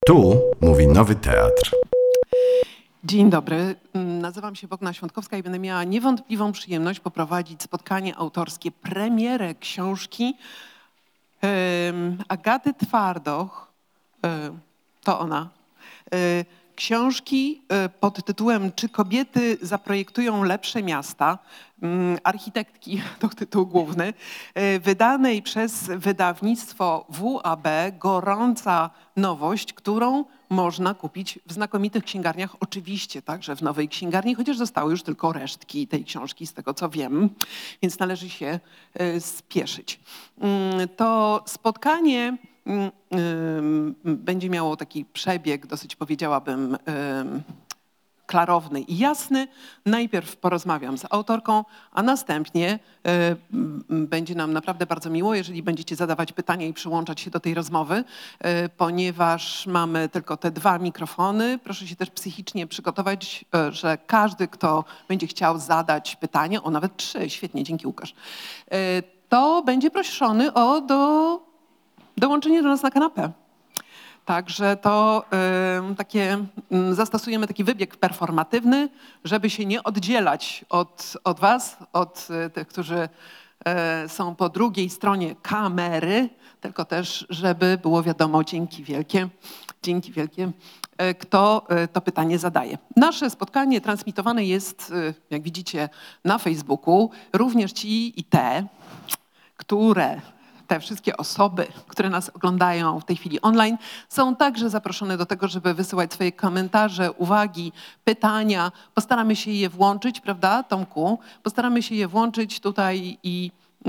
Tu mówi Nowy Teatr. Dzień dobry, nazywam się Bogna Świątkowska i będę miała niewątpliwą przyjemność poprowadzić spotkanie autorskie, premierę książki Agaty Twardoch, to ona, książki pod tytułem Czy kobiety zaprojektują lepsze miasta? Architektki, to tytuł główny, wydanej przez wydawnictwo WAB, gorąca nowość, którą można kupić w znakomitych księgarniach, oczywiście także w Nowej Księgarni, chociaż zostały już tylko resztki tej książki, z tego co wiem, więc należy się spieszyć. To spotkanie będzie miało taki przebieg, dosyć powiedziałabym, klarowny i jasny. Najpierw porozmawiam z autorką, a następnie będzie nam naprawdę bardzo miło, jeżeli będziecie zadawać pytania i przyłączać się do tej rozmowy, ponieważ mamy tylko te 2 mikrofony. Proszę się też psychicznie przygotować, że każdy, kto będzie chciał zadać pytanie, o nawet 3, świetnie, dzięki Łukasz, to będzie proszony o dołączenie do nas na kanapę. Także to zastosujemy taki wybieg performatywny, żeby się nie oddzielać od was, od tych, którzy są po drugiej stronie kamery, tylko też, żeby było wiadomo, dzięki wielkie, kto to pytanie zadaje. Nasze spotkanie transmitowane jest, jak widzicie, na Facebooku. Również ci i te wszystkie osoby, które nas oglądają w tej chwili online, są także zaproszone do tego, żeby wysyłać swoje komentarze, uwagi, pytania. Postaramy się je włączyć, prawda, Tomku? Postaramy się je włączyć tutaj i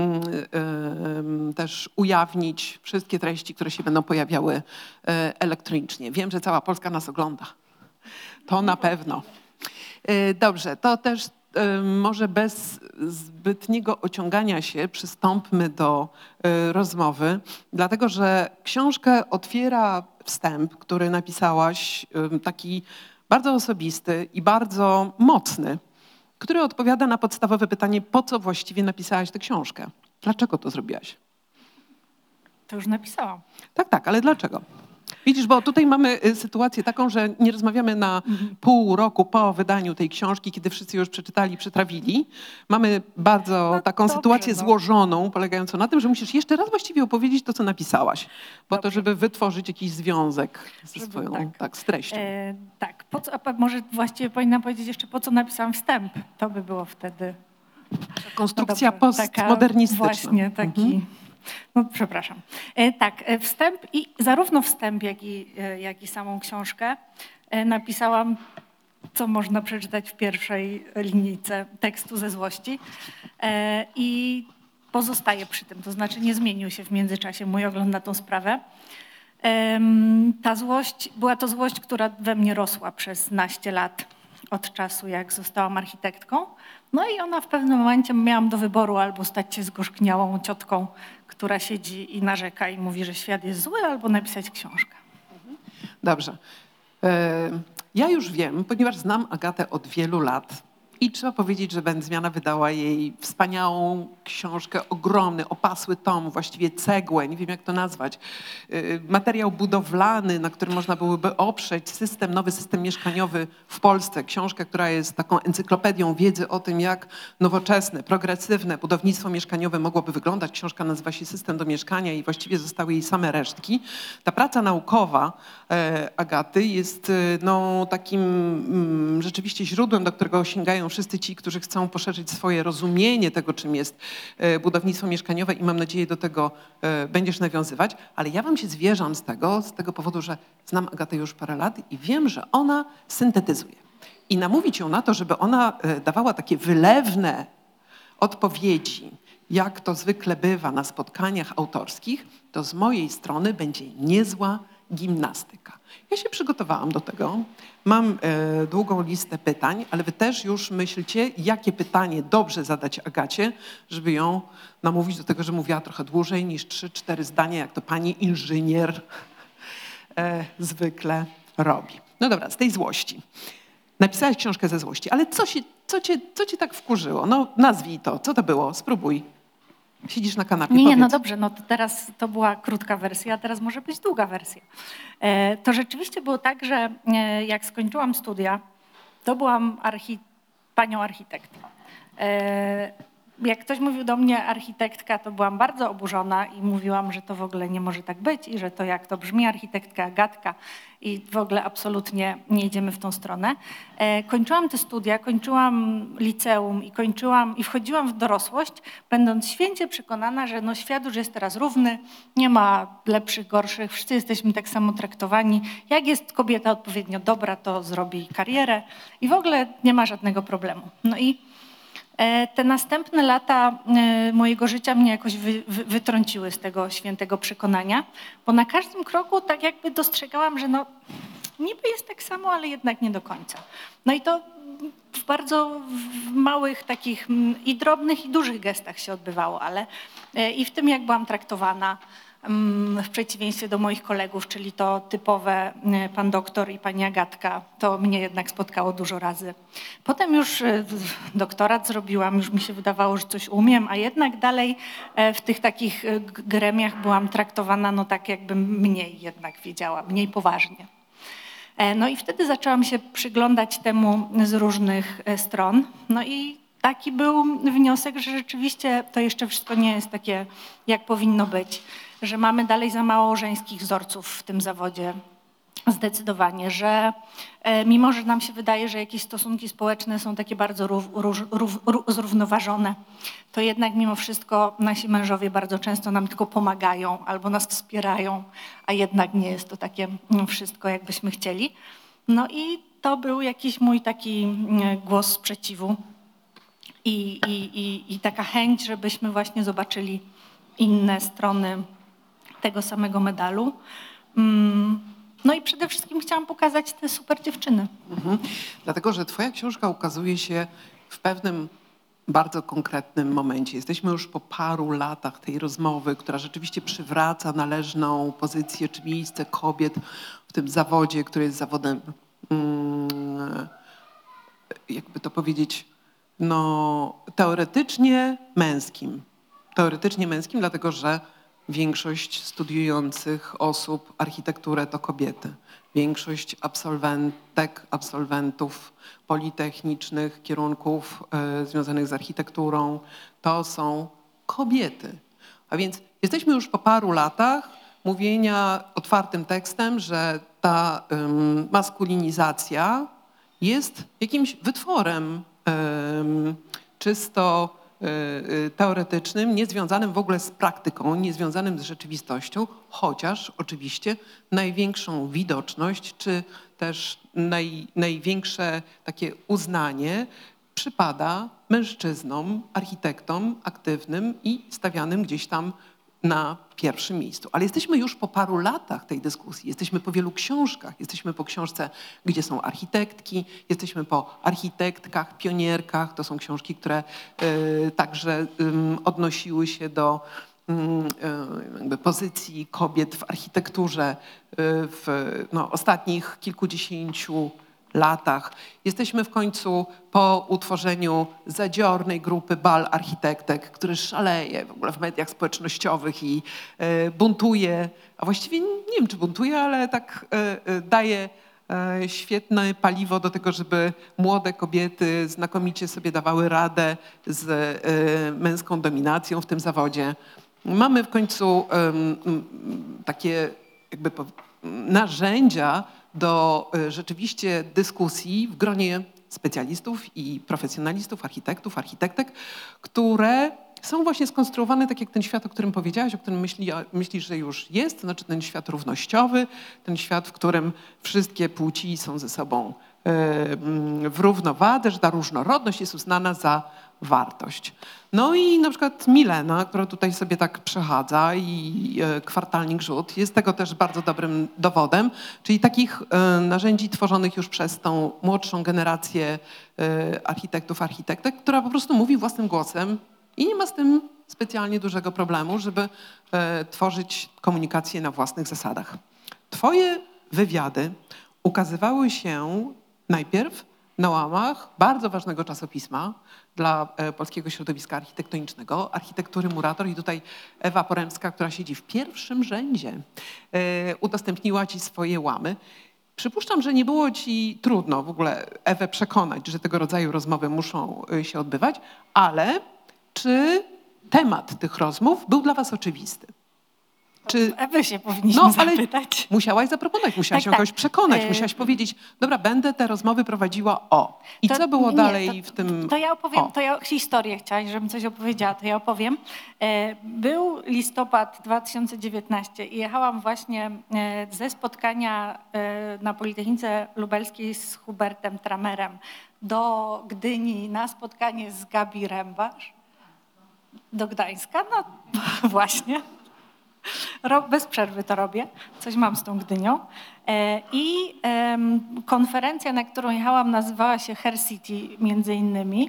też ujawnić wszystkie treści, które się będą pojawiały elektronicznie. Wiem, że cała Polska nas ogląda. To na pewno. Dobrze, to też może bez zbytniego ociągania się przystąpmy do rozmowy, dlatego że książkę otwiera wstęp, który napisałaś, taki bardzo osobisty i bardzo mocny, który odpowiada na podstawowe pytanie, po co właściwie napisałaś tę książkę? Dlaczego to zrobiłaś? To już napisałam. Tak, ale dlaczego? Widzisz, bo tutaj mamy sytuację taką, że nie rozmawiamy na pół roku po wydaniu tej książki, kiedy wszyscy już przeczytali, przetrawili. Mamy bardzo taką sytuację złożoną, polegającą na tym, że musisz jeszcze raz właściwie opowiedzieć to, co napisałaś, po to, żeby wytworzyć jakiś związek ze swoją z treścią. Tak, może właściwie powinnam powiedzieć jeszcze, po co napisałam wstęp. To by było wtedy... Konstrukcja postmodernistyczna. Właśnie taki... No, przepraszam. Tak, wstęp i zarówno wstęp, jak i samą książkę napisałam, co można przeczytać w pierwszej linijce tekstu ze złości i pozostaję przy tym, to znaczy nie zmienił się w międzyczasie mój ogląd na tą sprawę. Ta złość, była to złość, która we mnie rosła przez naście lat od czasu, jak zostałam architektką. No i ona w pewnym momencie miałam do wyboru albo stać się zgorzkniałą ciotką, która siedzi i narzeka i mówi, że świat jest zły, albo napisać książkę. Dobrze. Ja już wiem, ponieważ znam Agatę od wielu lat i trzeba powiedzieć, że Będzmiana wydała jej wspaniałą książkę, ogromny, opasły tom, właściwie cegłę, nie wiem jak to nazwać, materiał budowlany, na którym można byłoby oprzeć nowy system mieszkaniowy w Polsce. Książkę, która jest taką encyklopedią wiedzy o tym, jak nowoczesne, progresywne budownictwo mieszkaniowe mogłoby wyglądać. Książka nazywa się System do mieszkania i właściwie zostały jej same resztki. Ta praca naukowa Agaty jest takim rzeczywiście źródłem, do którego sięgają wszyscy ci, którzy chcą poszerzyć swoje rozumienie tego, czym jest budownictwo mieszkaniowe i mam nadzieję do tego będziesz nawiązywać, ale ja wam się zwierzam z tego powodu, że znam Agatę już parę lat i wiem, że ona syntetyzuje. I namówić ją na to, żeby ona dawała takie wylewne odpowiedzi, jak to zwykle bywa na spotkaniach autorskich, to z mojej strony będzie niezła gimnastyka. Ja się przygotowałam do tego. Mam długą listę pytań, ale wy też już myślcie, jakie pytanie dobrze zadać Agacie, żeby ją namówić do tego, że mówiła trochę dłużej niż 3-4 zdania, jak to pani inżynier zwykle robi. No dobra, z tej złości. Napisałaś książkę ze złości, ale co cię tak wkurzyło? No nazwij to. Co to było? Spróbuj. Siedzisz na kanapie, Nie, powiedz. no dobrze, no to teraz to była krótka wersja, a teraz może być długa wersja. To rzeczywiście było tak, że jak skończyłam studia, to byłam panią architekt. Jak ktoś mówił do mnie architektka, to byłam bardzo oburzona i mówiłam, że to w ogóle nie może tak być i że to jak to brzmi architektka, gadka i w ogóle absolutnie nie idziemy w tą stronę. Kończyłam te studia, kończyłam liceum i wchodziłam w dorosłość, będąc święcie przekonana, że no świat już jest teraz równy, nie ma lepszych, gorszych, wszyscy jesteśmy tak samo traktowani. Jak jest kobieta odpowiednio dobra, to zrobi karierę i w ogóle nie ma żadnego problemu. No i te następne lata mojego życia mnie jakoś wytrąciły z tego świętego przekonania, bo na każdym kroku tak jakby dostrzegałam, że no niby jest tak samo, ale jednak nie do końca. No i to w bardzo małych takich i drobnych i dużych gestach się odbywało, ale i w tym jak byłam traktowana, w przeciwieństwie do moich kolegów, czyli to typowe pan doktor i pani Agatka, to mnie jednak spotkało dużo razy. Potem już doktorat zrobiłam, już mi się wydawało, że coś umiem, a jednak dalej w tych takich gremiach byłam traktowana no tak jakbym mniej jednak wiedziała, mniej poważnie. No i wtedy zaczęłam się przyglądać temu z różnych stron. No i taki był wniosek, że rzeczywiście to jeszcze wszystko nie jest takie, jak powinno być, że mamy dalej za mało żeńskich wzorców w tym zawodzie. Zdecydowanie, że mimo, że nam się wydaje, że jakieś stosunki społeczne są takie bardzo zrównoważone, to jednak mimo wszystko nasi mężowie bardzo często nam tylko pomagają albo nas wspierają, a jednak nie jest to takie wszystko, jakbyśmy chcieli. No i to był jakiś mój taki głos sprzeciwu i taka chęć, żebyśmy właśnie zobaczyli inne strony tego samego medalu. No i przede wszystkim chciałam pokazać te super dziewczyny. Dlatego, że twoja książka ukazuje się w pewnym bardzo konkretnym momencie. Jesteśmy już po paru latach tej rozmowy, która rzeczywiście przywraca należną pozycję czy miejsce kobiet w tym zawodzie, który jest zawodem, jakby to powiedzieć, no, teoretycznie męskim. Teoretycznie męskim, dlatego że większość studiujących osób architekturę to kobiety. Większość absolwentek, absolwentów politechnicznych, kierunków związanych z architekturą to są kobiety. A więc jesteśmy już po paru latach mówienia otwartym tekstem, że ta maskulinizacja jest jakimś wytworem czysto teoretycznym, niezwiązanym w ogóle z praktyką, niezwiązanym z rzeczywistością, chociaż oczywiście największą widoczność, czy też największe takie uznanie przypada mężczyznom, architektom aktywnym i stawianym gdzieś tam na pierwszym miejscu. Ale jesteśmy już po paru latach tej dyskusji, jesteśmy po wielu książkach, jesteśmy po książce, gdzie są architektki, jesteśmy po architektkach, pionierkach. To są książki, które także odnosiły się do jakby pozycji kobiet w architekturze w ostatnich kilkudziesięciu latach. Jesteśmy w końcu po utworzeniu zadziornej grupy bal architektek, który szaleje w ogóle w mediach społecznościowych i buntuje, a właściwie nie wiem, czy buntuje, ale tak daje świetne paliwo do tego, żeby młode kobiety znakomicie sobie dawały radę z męską dominacją w tym zawodzie. Mamy w końcu takie jakby narzędzia do rzeczywiście dyskusji w gronie specjalistów i profesjonalistów, architektów, architektek, które są właśnie skonstruowane tak jak ten świat, o którym powiedziałaś, o którym myślisz, że już jest, to znaczy ten świat równościowy, ten świat, w którym wszystkie płci są ze sobą w równowadze, że ta różnorodność jest uznana za wartość. No i na przykład Milena, która tutaj sobie tak przechadza i kwartalnik rzut jest tego też bardzo dobrym dowodem, czyli takich narzędzi tworzonych już przez tą młodszą generację architektów, architektek, która po prostu mówi własnym głosem i nie ma z tym specjalnie dużego problemu, żeby tworzyć komunikację na własnych zasadach. Twoje wywiady ukazywały się najpierw na łamach bardzo ważnego czasopisma dla polskiego środowiska architektonicznego, Architektury Murator. I tutaj Ewa Poremska, która siedzi w pierwszym rzędzie, udostępniła ci swoje łamy. Przypuszczam, że nie było ci trudno w ogóle Ewę przekonać, że tego rodzaju rozmowy muszą się odbywać, ale czy temat tych rozmów był dla was oczywisty? Czy... Ewy się powinniśmy zapytać. Musiałaś zaproponować, musiałaś ją jakoś przekonać, musiałaś powiedzieć, dobra, będę te rozmowy prowadziła o. I co było dalej w tym To ja opowiem, o? to ja historię chciałaś, żebym coś opowiedziała, to ja opowiem. Był listopad 2019 i jechałam właśnie ze spotkania na Politechnice Lubelskiej z Hubertem Tramerem do Gdyni na spotkanie z Gabi Rębasz. Do Gdańska, no właśnie. Bez przerwy to robię, coś mam z tą Gdynią. I konferencja, na którą jechałam, nazywała się Hair City między innymi.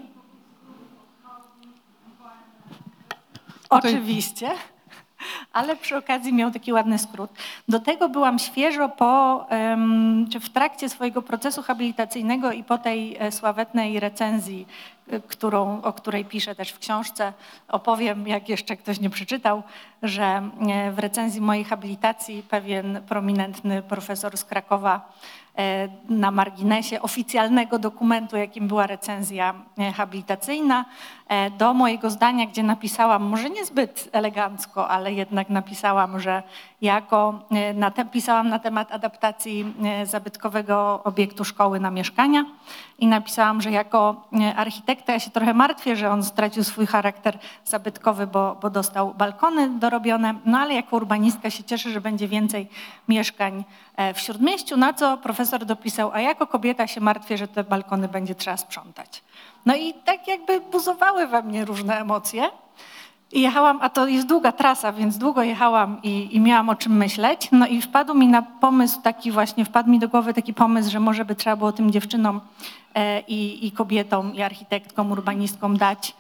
Oczywiście, ale przy okazji miał taki ładny skrót. Do tego byłam świeżo czy w trakcie swojego procesu habilitacyjnego i po tej sławetnej recenzji, o której piszę też w książce, opowiem, jak jeszcze ktoś nie przeczytał, że w recenzji mojej habilitacji pewien prominentny profesor z Krakowa na marginesie oficjalnego dokumentu, jakim była recenzja habilitacyjna, do mojego zdania, gdzie napisałam, może niezbyt elegancko, ale jednak napisałam, że pisałam na temat adaptacji zabytkowego obiektu szkoły na mieszkania i napisałam, że jako architekta ja się trochę martwię, że on stracił swój charakter zabytkowy, bo dostał balkony dorobione, no ale jako urbanistka się cieszę, że będzie więcej mieszkań w Śródmieściu, na co profesor dopisał, a jako kobieta się martwię, że te balkony będzie trzeba sprzątać. No i tak jakby buzowały we mnie różne emocje. I jechałam, a to jest długa trasa, więc długo jechałam i miałam o czym myśleć. No i wpadł mi do głowy taki pomysł, że może by trzeba było tym dziewczynom i kobietom, i architektkom, urbanistkom dać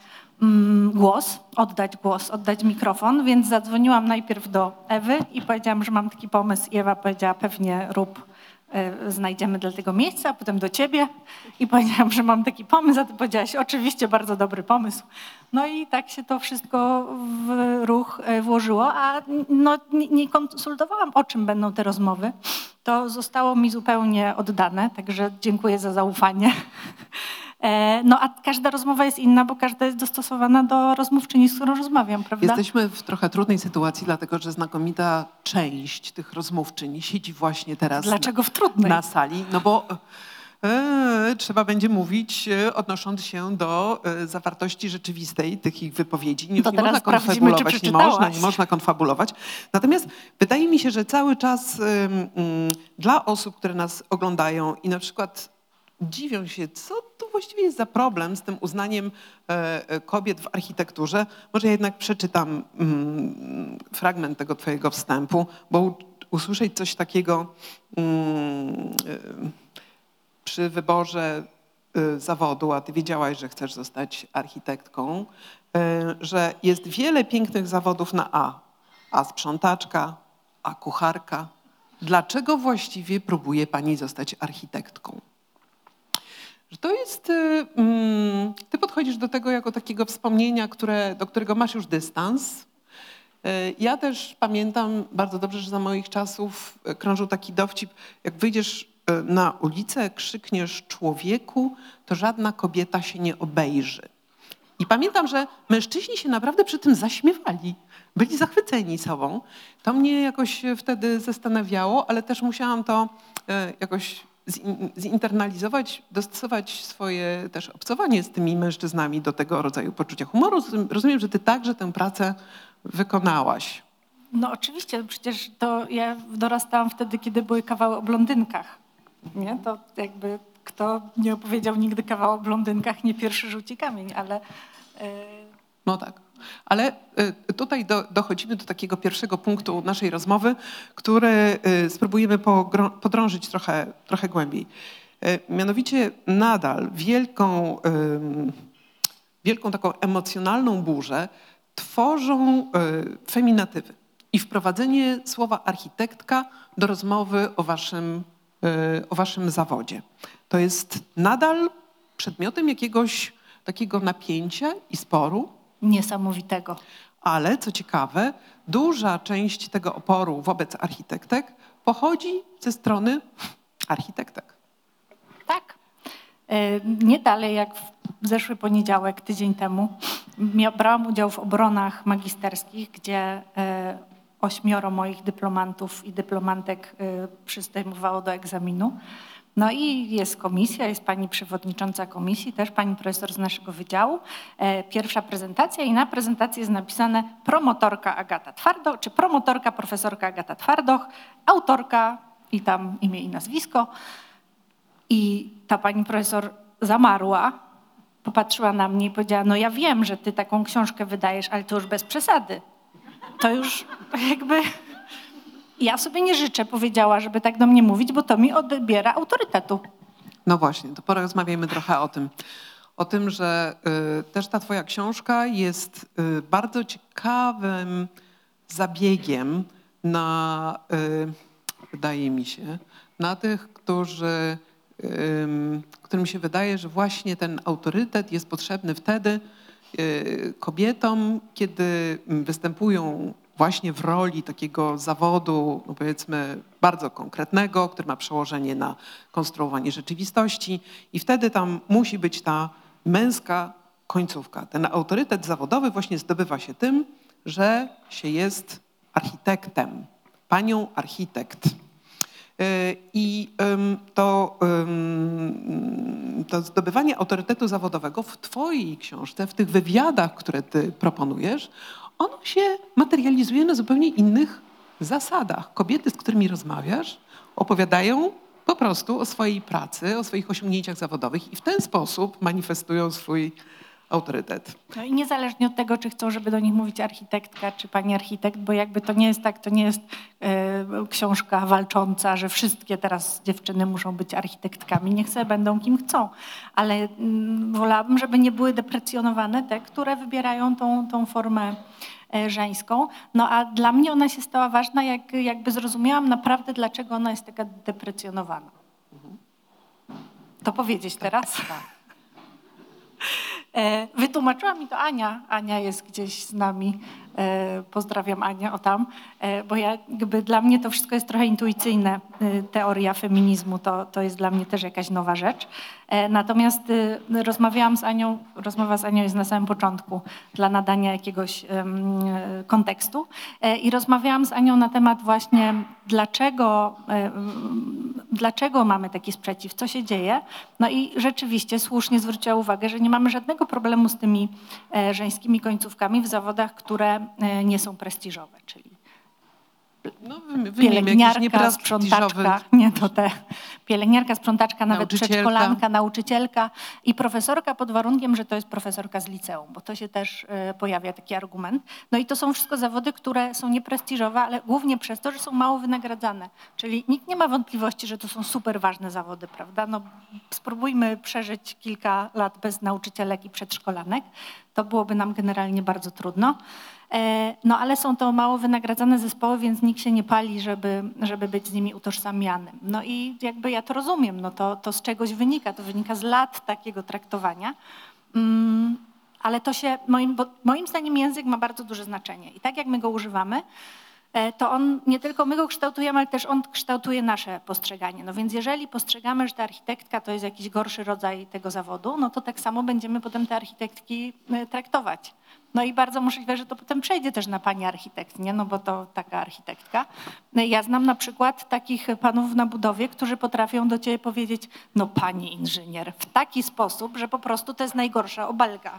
oddać mikrofon. Więc zadzwoniłam najpierw do Ewy i powiedziałam, że mam taki pomysł. I Ewa powiedziała, pewnie rób, znajdziemy dla tego miejsca, a potem do ciebie i powiedziałam, że mam taki pomysł, a ty powiedziałaś, oczywiście bardzo dobry pomysł. No i tak się to wszystko w ruch włożyło, a no, nie konsultowałam, o czym będą te rozmowy. To zostało mi zupełnie oddane, także dziękuję za zaufanie. No a każda rozmowa jest inna, bo każda jest dostosowana do rozmówczyni, z którą rozmawiam, prawda? Jesteśmy w trochę trudnej sytuacji, dlatego że znakomita część tych rozmówczyń siedzi właśnie teraz Dlaczego w trudnej? Na sali. No bo trzeba będzie mówić, odnosząc się do zawartości rzeczywistej tych ich wypowiedzi. Nie można konfabulować, nie można konfabulować. Natomiast wydaje mi się, że cały czas dla osób, które nas oglądają i na przykład dziwią się, co tu właściwie jest za problem z tym uznaniem kobiet w architekturze. Może ja jednak przeczytam fragment tego twojego wstępu, bo usłyszeć coś takiego przy wyborze zawodu, a ty wiedziałaś, że chcesz zostać architektką, że jest wiele pięknych zawodów na A. A sprzątaczka, a kucharka. Dlaczego właściwie próbuje pani zostać architektką? Że to jest, ty podchodzisz do tego jako takiego wspomnienia, do którego masz już dystans. Ja też pamiętam bardzo dobrze, że za moich czasów krążył taki dowcip, jak wyjdziesz na ulicę, krzykniesz człowieku, to żadna kobieta się nie obejrzy. I pamiętam, że mężczyźni się naprawdę przy tym zaśmiewali. Byli zachwyceni sobą. To mnie jakoś wtedy zastanawiało, ale też musiałam to jakoś zinternalizować, dostosować swoje też obcowanie z tymi mężczyznami do tego rodzaju poczucia humoru. Rozumiem, że ty także tę pracę wykonałaś. No oczywiście, przecież to ja dorastałam wtedy, kiedy były kawały o blondynkach. Nie? To jakby kto nie opowiedział nigdy kawału o blondynkach, nie pierwszy rzuci kamień, ale... No tak. Ale tutaj dochodzimy do takiego pierwszego punktu naszej rozmowy, który spróbujemy podrążyć trochę głębiej. Mianowicie nadal wielką taką emocjonalną burzę tworzą feminatywy i wprowadzenie słowa architektka do rozmowy o waszym o waszym zawodzie. To jest nadal przedmiotem jakiegoś takiego napięcia i sporu, Niesamowitego. ale co ciekawe, duża część tego oporu wobec architektek pochodzi ze strony architektek. Tak. Nie dalej jak w zeszły poniedziałek, tydzień temu, brałam udział w obronach magisterskich, gdzie 8 moich dyplomantów i dyplomantek przystępowało do egzaminu. No i jest komisja, jest pani przewodnicząca komisji, też pani profesor z naszego wydziału. Pierwsza prezentacja i na prezentacji jest napisane promotorka Agata Twardoch, czy promotorka profesorka Agata Twardoch, autorka i tam imię i nazwisko. I ta pani profesor zamarła, popatrzyła na mnie i powiedziała, no ja wiem, że ty taką książkę wydajesz, ale to już bez przesady. To już jakby... Ja sobie nie życzę, powiedziała, żeby tak do mnie mówić, bo to mi odbiera autorytetu. No właśnie, to porozmawiajmy trochę o tym. O tym, że też ta twoja książka jest bardzo ciekawym zabiegiem na, wydaje mi się, na tych, którym się wydaje, że właśnie ten autorytet jest potrzebny wtedy kobietom, kiedy występują właśnie w roli takiego zawodu, no powiedzmy, bardzo konkretnego, który ma przełożenie na konstruowanie rzeczywistości i wtedy tam musi być ta męska końcówka. Ten autorytet zawodowy właśnie zdobywa się tym, że się jest architektem, panią architekt. I to zdobywanie autorytetu zawodowego w twojej książce, w tych wywiadach, które ty proponujesz, ono się materializuje na zupełnie innych zasadach. Kobiety, z którymi rozmawiasz, opowiadają po prostu o swojej pracy, o swoich osiągnięciach zawodowych i w ten sposób manifestują swój autorytet. No i niezależnie od tego, czy chcą, żeby do nich mówić architektka, czy pani architekt, bo jakby to nie jest tak, to nie jest książka walcząca, że wszystkie teraz dziewczyny muszą być architektkami. Niech sobie będą kim chcą. Ale wolałabym, żeby nie były deprecjonowane te, które wybierają tą formę żeńską. No a dla mnie ona się stała ważna, jakby zrozumiałam naprawdę, dlaczego ona jest taka deprecjonowana. To powiedzieć teraz? Tak. Wytłumaczyła mi to Ania. Ania jest gdzieś z nami. Pozdrawiam Anię, o tam. Bo dla mnie to wszystko jest trochę intuicyjne. Teoria feminizmu to jest dla mnie też jakaś nowa rzecz. Natomiast rozmawiałam z Anią, rozmowa z Anią jest na samym początku dla nadania jakiegoś kontekstu. I rozmawiałam z Anią na temat właśnie dlaczego mamy taki sprzeciw, co się dzieje. No i rzeczywiście słusznie zwróciła uwagę, że nie mamy żadnego problemu z tymi żeńskimi końcówkami w zawodach, które nie są prestiżowe, czyli No, pielęgniarka, sprzątaczka, nie to te. Pielęgniarka, sprzątaczka, nawet przedszkolanka, nauczycielka i profesorka pod warunkiem, że to jest profesorka z liceum, bo to się też pojawia taki argument. No i to są wszystko zawody, które są nieprestiżowe, ale głównie przez to, że są mało wynagradzane. Czyli nikt nie ma wątpliwości, że to są super ważne zawody, prawda? No, spróbujmy przeżyć kilka lat bez nauczycielek i przedszkolanek. To byłoby nam generalnie bardzo trudno. No ale są to mało wynagradzane zespoły, więc nikt się nie pali, żeby być z nimi utożsamianym. No i jakby ja to rozumiem, no to z czegoś wynika, to wynika z lat takiego traktowania. Ale to się, moim zdaniem język ma bardzo duże znaczenie i tak jak my go używamy, to on, nie tylko my go kształtujemy, ale też on kształtuje nasze postrzeganie. No więc jeżeli postrzegamy, że ta architektka to jest jakiś gorszy rodzaj tego zawodu, no to tak samo będziemy potem te architektki traktować. No i bardzo możliwe, że to potem przejdzie też na pani architekt, nie? No bo to taka architektka. Ja znam na przykład takich panów na budowie, którzy potrafią do ciebie powiedzieć, no pani inżynier, w taki sposób, że po prostu to jest najgorsza obelga.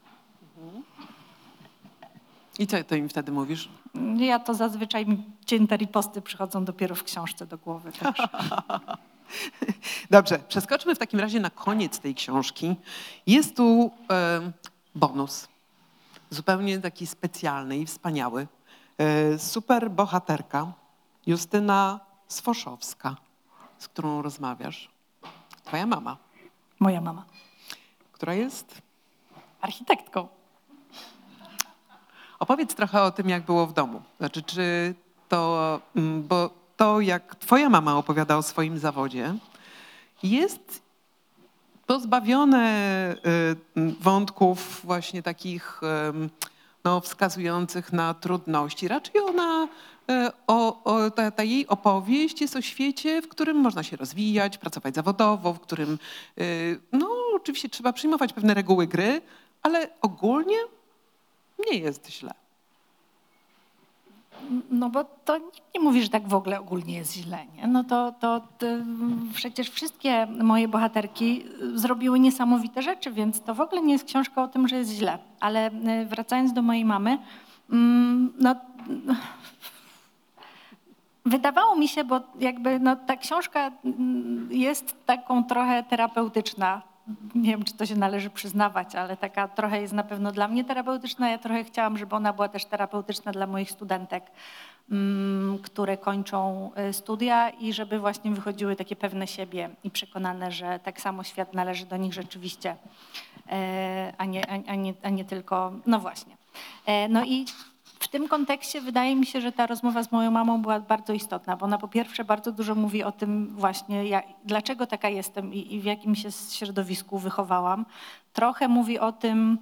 I co ty im wtedy mówisz? Ja to zazwyczaj mi cięte riposty przychodzą dopiero w książce do głowy. Także. Dobrze, przeskoczmy w takim razie na koniec tej książki. Jest tu bonus. Zupełnie taki specjalny i wspaniały. Super bohaterka Justyna Swoszowska, z którą rozmawiasz. Twoja mama. Moja mama. Która jest? Architektką. Opowiedz trochę o tym, jak było w domu. Znaczy, czy to, bo to, jak twoja mama opowiada o swoim zawodzie, jest pozbawione wątków właśnie takich wskazujących na trudności. Raczej ona, ta jej opowieść jest o świecie, w którym można się rozwijać, pracować zawodowo, w którym oczywiście trzeba przyjmować pewne reguły gry, ale ogólnie nie jest źle. No bo to nikt nie mówi, że tak w ogóle ogólnie jest źle, nie? No to przecież wszystkie moje bohaterki zrobiły niesamowite rzeczy, więc to w ogóle nie jest książka o tym, że jest źle. Ale wracając do mojej mamy, wydawało mi się, bo jakby ta książka jest taką trochę terapeutyczna. Nie wiem, czy to się należy przyznawać, ale taka trochę jest na pewno dla mnie terapeutyczna. Ja trochę chciałam, żeby ona była też terapeutyczna dla moich studentek, które kończą studia i żeby właśnie wychodziły takie pewne siebie i przekonane, że tak samo świat należy do nich rzeczywiście, a nie tylko, no właśnie. No i w tym kontekście wydaje mi się, że ta rozmowa z moją mamą była bardzo istotna, bo ona po pierwsze bardzo dużo mówi o tym właśnie, dlaczego taka jestem i w jakim się środowisku wychowałam. Trochę mówi o tym,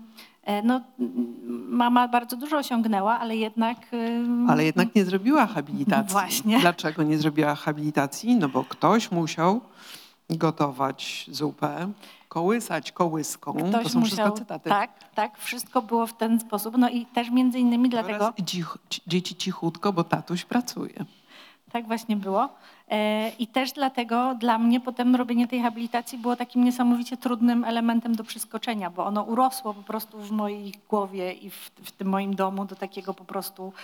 mama bardzo dużo osiągnęła, ale jednak... Ale jednak nie zrobiła habilitacji. Właśnie. Dlaczego nie zrobiła habilitacji? No bo ktoś musiał gotować zupę, kołysać kołyską. Ktoś to są musiał, wszystko cytaty. Tak, wszystko było w ten sposób. No i też między innymi dlatego... Oraz dzieci cichutko, bo tatuś pracuje. Tak właśnie było. I też dlatego dla mnie potem robienie tej habilitacji było takim niesamowicie trudnym elementem do przeskoczenia, bo ono urosło po prostu w mojej głowie i w tym moim domu do takiego po prostu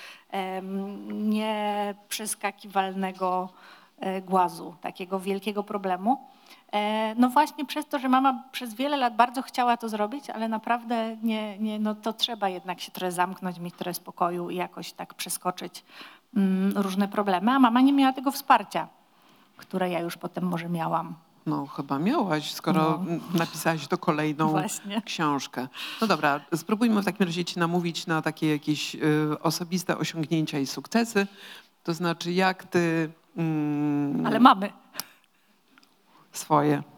nieprzeskakiwalnego głazu, takiego wielkiego problemu. No właśnie przez to, że mama przez wiele lat bardzo chciała to zrobić, ale naprawdę to trzeba jednak się trochę zamknąć, mieć trochę spokoju i jakoś tak przeskoczyć różne problemy, a mama nie miała tego wsparcia, które ja już potem może miałam. No chyba miałaś, skoro napisałaś to kolejną Właśnie. książkę. No dobra, spróbujmy w takim razie ci namówić na takie jakieś osobiste osiągnięcia i sukcesy. To znaczy jak ty... Ale mamy. Swoje.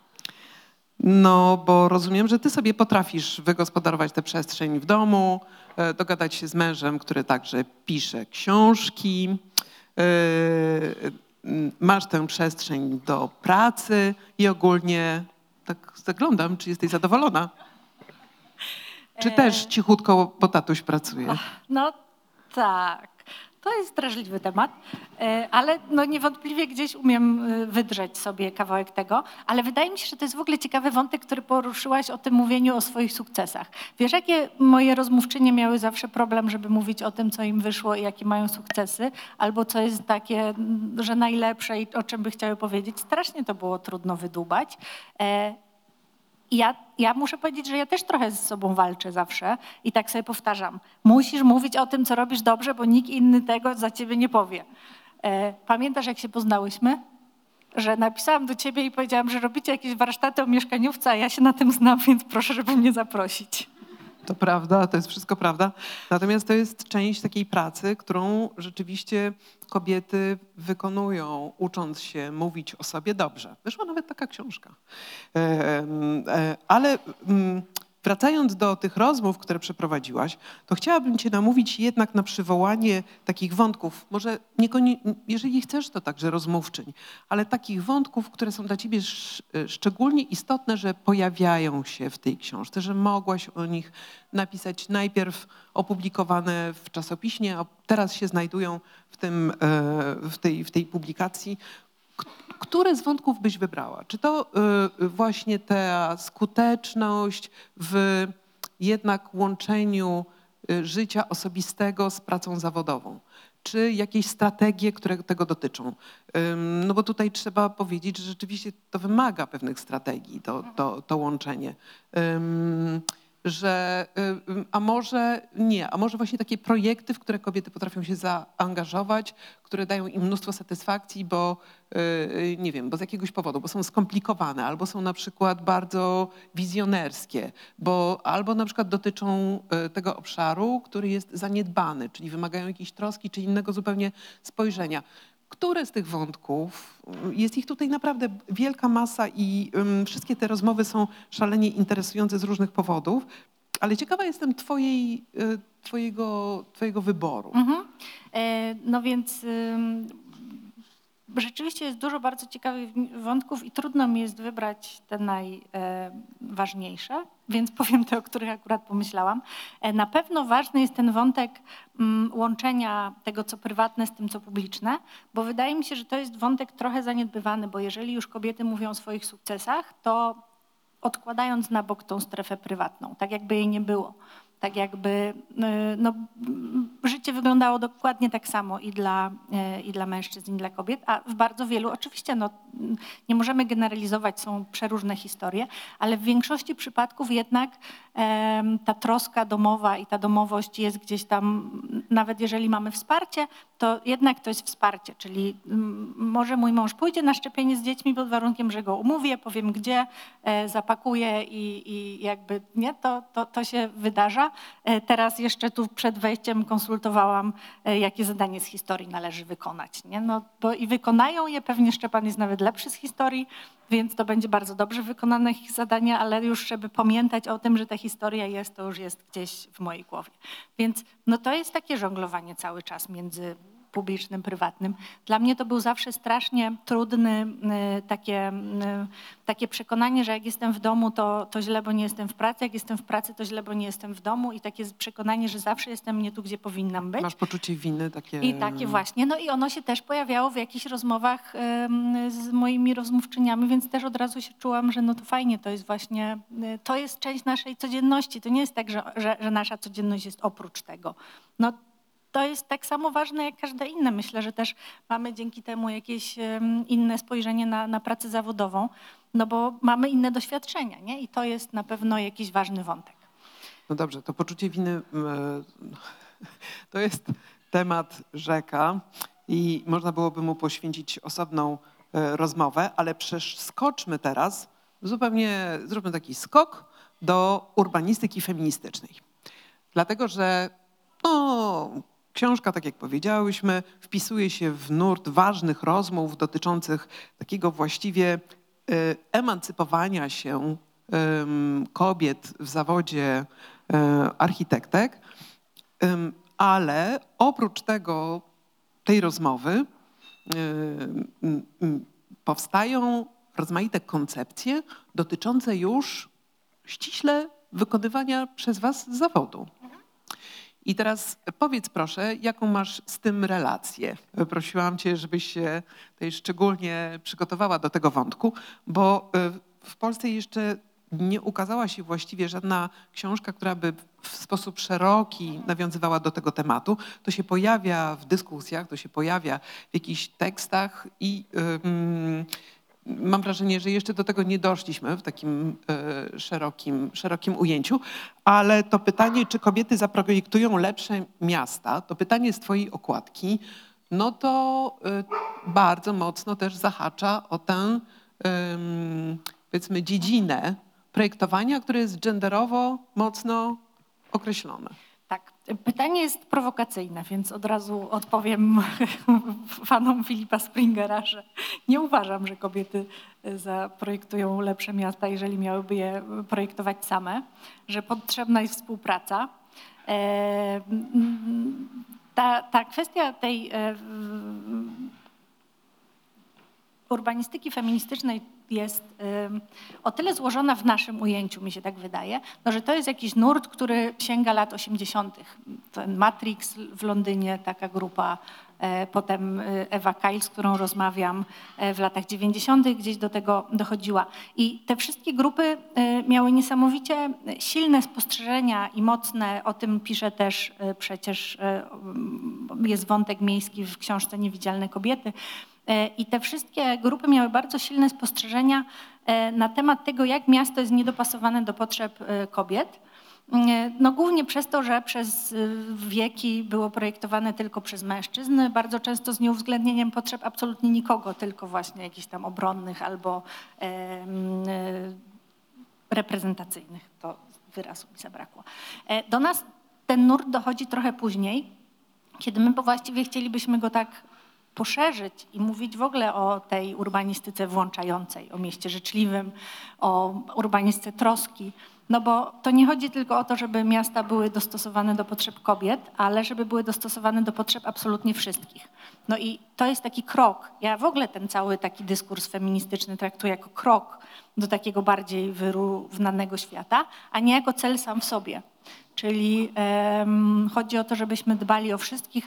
No, bo rozumiem, że ty sobie potrafisz wygospodarować tę przestrzeń w domu, dogadać się z mężem, który także pisze książki, masz tę przestrzeń do pracy i ogólnie tak zaglądam, czy jesteś zadowolona? Czy też cichutko, bo tatuś pracuje? No tak. To jest drażliwy temat, ale niewątpliwie gdzieś umiem wydrzeć sobie kawałek tego, ale wydaje mi się, że to jest w ogóle ciekawy wątek, który poruszyłaś o tym mówieniu o swoich sukcesach. Wiesz, jakie moje rozmówczynie miały zawsze problem, żeby mówić o tym, co im wyszło i jakie mają sukcesy, albo co jest takie, że najlepsze i o czym by chciały powiedzieć. Strasznie to było trudno wydłubać. Ja muszę powiedzieć, że ja też trochę z sobą walczę zawsze i tak sobie powtarzam. Musisz mówić o tym, co robisz dobrze, bo nikt inny tego za ciebie nie powie. Pamiętasz, jak się poznałyśmy? Że napisałam do ciebie i powiedziałam, że robicie jakieś warsztaty o mieszkaniówce, a ja się na tym znam, więc proszę, żeby mnie zaprosić. To prawda, to jest wszystko prawda. Natomiast to jest część takiej pracy, którą rzeczywiście kobiety wykonują, ucząc się mówić o sobie dobrze. Wyszła nawet taka książka. Ale wracając do tych rozmów, które przeprowadziłaś, to chciałabym cię namówić jednak na przywołanie takich wątków, może jeżeli chcesz, to także rozmówczyń, ale takich wątków, które są dla ciebie szczególnie istotne, że pojawiają się w tej książce, że mogłaś o nich napisać najpierw opublikowane w czasopiśmie, a teraz się znajdują w tej publikacji. Które z wątków byś wybrała? Czy to właśnie ta skuteczność w jednak łączeniu życia osobistego z pracą zawodową? Czy jakieś strategie, które tego dotyczą? No bo tutaj trzeba powiedzieć, że rzeczywiście to wymaga pewnych strategii, to łączenie. A może nie, a może właśnie takie projekty, w które kobiety potrafią się zaangażować, które dają im mnóstwo satysfakcji, bo nie wiem, bo z jakiegoś powodu, bo są skomplikowane, albo są na przykład bardzo wizjonerskie, albo na przykład dotyczą tego obszaru, który jest zaniedbany, czyli wymagają jakiejś troski czy innego zupełnie spojrzenia. które z tych wątków, jest ich tutaj naprawdę wielka masa i wszystkie te rozmowy są szalenie interesujące z różnych powodów, ale ciekawa jestem twojego wyboru. No więc rzeczywiście jest dużo bardzo ciekawych wątków i trudno mi jest wybrać te najważniejsze, więc powiem te, o których akurat pomyślałam. Na pewno ważny jest ten wątek łączenia tego, co prywatne z tym, co publiczne, bo wydaje mi się, że to jest wątek trochę zaniedbywany, bo jeżeli już kobiety mówią o swoich sukcesach, to odkładając na bok tą strefę prywatną, tak jakby jej nie było. Tak jakby no, życie wyglądało dokładnie tak samo i dla mężczyzn, i dla kobiet, a w bardzo wielu, oczywiście no, nie możemy generalizować, są przeróżne historie, ale w większości przypadków jednak ta troska domowa i ta domowość jest gdzieś tam, nawet jeżeli mamy wsparcie, to jednak to jest wsparcie, czyli może mój mąż pójdzie na szczepienie z dziećmi pod warunkiem, że go umówię, powiem gdzie, zapakuję i jakby nie, to się wydarza. Teraz jeszcze tu przed wejściem konsultowałam, jakie zadanie z historii należy wykonać. Nie? No, bo i wykonają je, pewnie Szczepan jest nawet lepszy z historii, więc to będzie bardzo dobrze wykonane ich zadania, ale już żeby pamiętać o tym, że ta historia jest, to już jest gdzieś w mojej głowie. Więc no, to jest takie żonglowanie cały czas między publicznym, prywatnym. Dla mnie to był zawsze strasznie trudny takie przekonanie, że jak jestem w domu, to źle, bo nie jestem w pracy, jak jestem w pracy, to źle, bo nie jestem w domu i takie przekonanie, że zawsze jestem nie tu, gdzie powinnam być. Masz poczucie winy takie? I takie właśnie. No i ono się też pojawiało w jakichś rozmowach z moimi rozmówczyniami, więc też od razu się czułam, że no to fajnie, to jest właśnie, to jest część naszej codzienności. To nie jest tak, że nasza codzienność jest oprócz tego. No, to jest tak samo ważne jak każde inne. Myślę, że też mamy dzięki temu jakieś inne spojrzenie na pracę zawodową, no bo mamy inne doświadczenia, nie? I to jest na pewno jakiś ważny wątek. No dobrze, to poczucie winy to jest temat rzeka i można byłoby mu poświęcić osobną rozmowę, ale przeskoczmy teraz, zróbmy taki skok do urbanistyki feministycznej. Dlatego, że książka, tak jak powiedziałyśmy, wpisuje się w nurt ważnych rozmów dotyczących takiego właściwie emancypowania się kobiet w zawodzie architektek, ale oprócz tej rozmowy powstają rozmaite koncepcje dotyczące już ściśle wykonywania przez was zawodu. I teraz powiedz proszę, jaką masz z tym relację? Prosiłam cię, żebyś się tutaj szczególnie przygotowała do tego wątku, bo w Polsce jeszcze nie ukazała się właściwie żadna książka, która by w sposób szeroki nawiązywała do tego tematu. To się pojawia w dyskusjach, to się pojawia w jakichś tekstach i mam wrażenie, że jeszcze do tego nie doszliśmy w takim szerokim ujęciu, ale to pytanie, czy kobiety zaprojektują lepsze miasta, to pytanie z twojej okładki, no to bardzo mocno też zahacza o tę, powiedzmy, dziedzinę projektowania, które jest genderowo mocno określone. Tak, pytanie jest prowokacyjne, więc od razu odpowiem fanom Filipa Springera, że nie uważam, że kobiety zaprojektują lepsze miasta, jeżeli miałyby je projektować same, że potrzebna jest współpraca. Ta kwestia tej urbanistyki feministycznej jest o tyle złożona w naszym ujęciu, mi się tak wydaje, no, że to jest jakiś nurt, który sięga lat 80. Ten Matrix w Londynie, taka grupa, potem Ewa Kyle, z którą rozmawiam, w latach 90. gdzieś do tego dochodziła. I te wszystkie grupy miały niesamowicie silne spostrzeżenia i mocne, o tym pisze też przecież, jest wątek miejski w książce Niewidzialne kobiety. I te wszystkie grupy miały bardzo silne spostrzeżenia na temat tego, jak miasto jest niedopasowane do potrzeb kobiet. No głównie przez to, że przez wieki było projektowane tylko przez mężczyzn, bardzo często z nieuwzględnieniem potrzeb absolutnie nikogo, tylko właśnie jakichś tam obronnych albo reprezentacyjnych. To wyrazu mi zabrakło. Do nas ten nurt dochodzi trochę później, kiedy my właściwie chcielibyśmy go tak poszerzyć i mówić w ogóle o tej urbanistyce włączającej, o mieście życzliwym, o urbanistyce troski. No bo to nie chodzi tylko o to, żeby miasta były dostosowane do potrzeb kobiet, ale żeby były dostosowane do potrzeb absolutnie wszystkich. No i to jest taki krok. Ja w ogóle ten cały taki dyskurs feministyczny traktuję jako krok do takiego bardziej wyrównanego świata, a nie jako cel sam w sobie. Czyli chodzi o to, żebyśmy dbali o wszystkich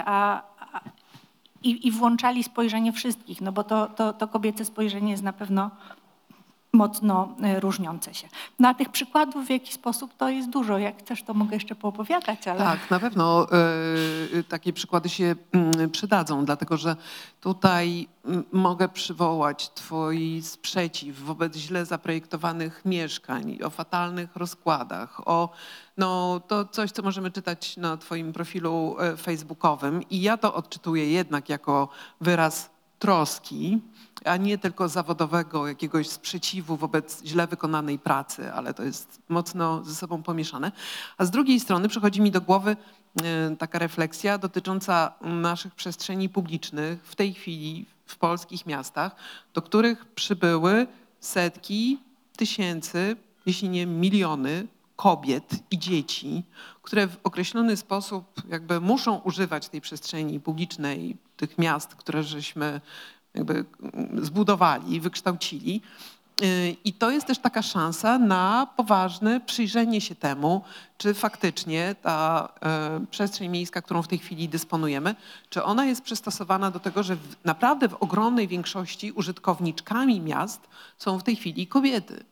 i włączali spojrzenie wszystkich, no bo to kobiece spojrzenie jest na pewno mocno różniące się. No a tych przykładów w jaki sposób to jest dużo. Jak chcesz, to mogę jeszcze poopowiadać, ale... Tak, na pewno takie przykłady się przydadzą, dlatego że tutaj mogę przywołać twój sprzeciw wobec źle zaprojektowanych mieszkań, o fatalnych rozkładach, to coś, co możemy czytać na twoim profilu facebookowym i ja to odczytuję jednak jako wyraz troski, a nie tylko zawodowego jakiegoś sprzeciwu wobec źle wykonanej pracy, ale to jest mocno ze sobą pomieszane. A z drugiej strony przychodzi mi do głowy taka refleksja dotycząca naszych przestrzeni publicznych w tej chwili w polskich miastach, do których przybyły setki tysięcy, jeśli nie miliony kobiet i dzieci, które w określony sposób jakby muszą używać tej przestrzeni publicznej, tych miast, które żeśmy jakby zbudowali, wykształcili. I to jest też taka szansa na poważne przyjrzenie się temu, czy faktycznie ta przestrzeń miejska, którą w tej chwili dysponujemy, czy ona jest przystosowana do tego, że naprawdę w ogromnej większości użytkowniczkami miast są w tej chwili kobiety.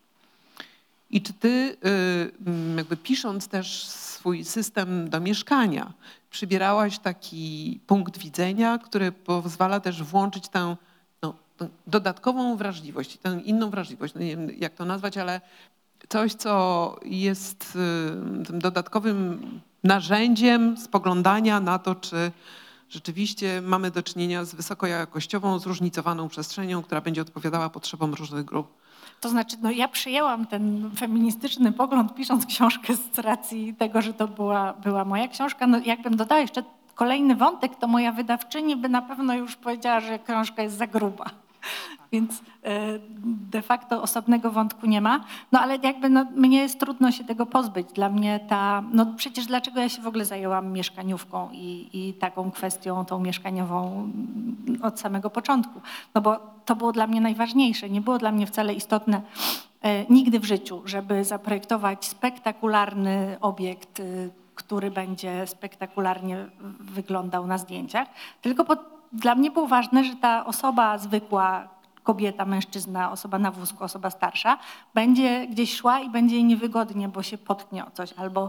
I czy ty, jakby pisząc też swój system do mieszkania, przybierałaś taki punkt widzenia, który pozwala też włączyć tę dodatkową wrażliwość, tę inną wrażliwość, nie wiem jak to nazwać, ale coś, co jest tym dodatkowym narzędziem spoglądania na to, czy rzeczywiście mamy do czynienia z wysokojakościową, zróżnicowaną przestrzenią, która będzie odpowiadała potrzebom różnych grup. To znaczy, ja przyjęłam ten feministyczny pogląd, pisząc książkę z racji tego, że to była moja książka. No, jakbym dodała jeszcze kolejny wątek, to moja wydawczyni by na pewno już powiedziała, że książka jest za gruba. Więc de facto osobnego wątku nie ma. No ale jakby mnie jest trudno się tego pozbyć. Dla mnie przecież dlaczego ja się w ogóle zajęłam mieszkaniówką i taką kwestią, tą mieszkaniową od samego początku. No bo to było dla mnie najważniejsze. Nie było dla mnie wcale istotne nigdy w życiu, żeby zaprojektować spektakularny obiekt, który będzie spektakularnie wyglądał na zdjęciach. Tylko dla mnie było ważne, że ta osoba zwykła, kobieta, mężczyzna, osoba na wózku, osoba starsza, będzie gdzieś szła i będzie jej niewygodnie, bo się potknie o coś, albo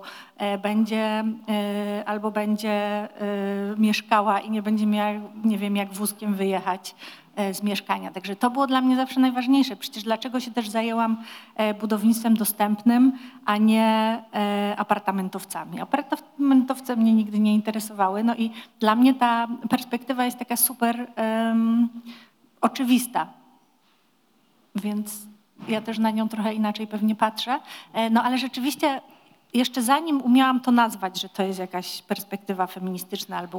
będzie mieszkała i nie będzie miała, nie wiem, jak wózkiem wyjechać z mieszkania. Także to było dla mnie zawsze najważniejsze. Przecież dlaczego się też zajęłam budownictwem dostępnym, a nie apartamentowcami. Apartamentowce mnie nigdy nie interesowały. No i dla mnie ta perspektywa jest taka super oczywista. Więc ja też na nią trochę inaczej pewnie patrzę. No ale rzeczywiście jeszcze zanim umiałam to nazwać, że to jest jakaś perspektywa feministyczna albo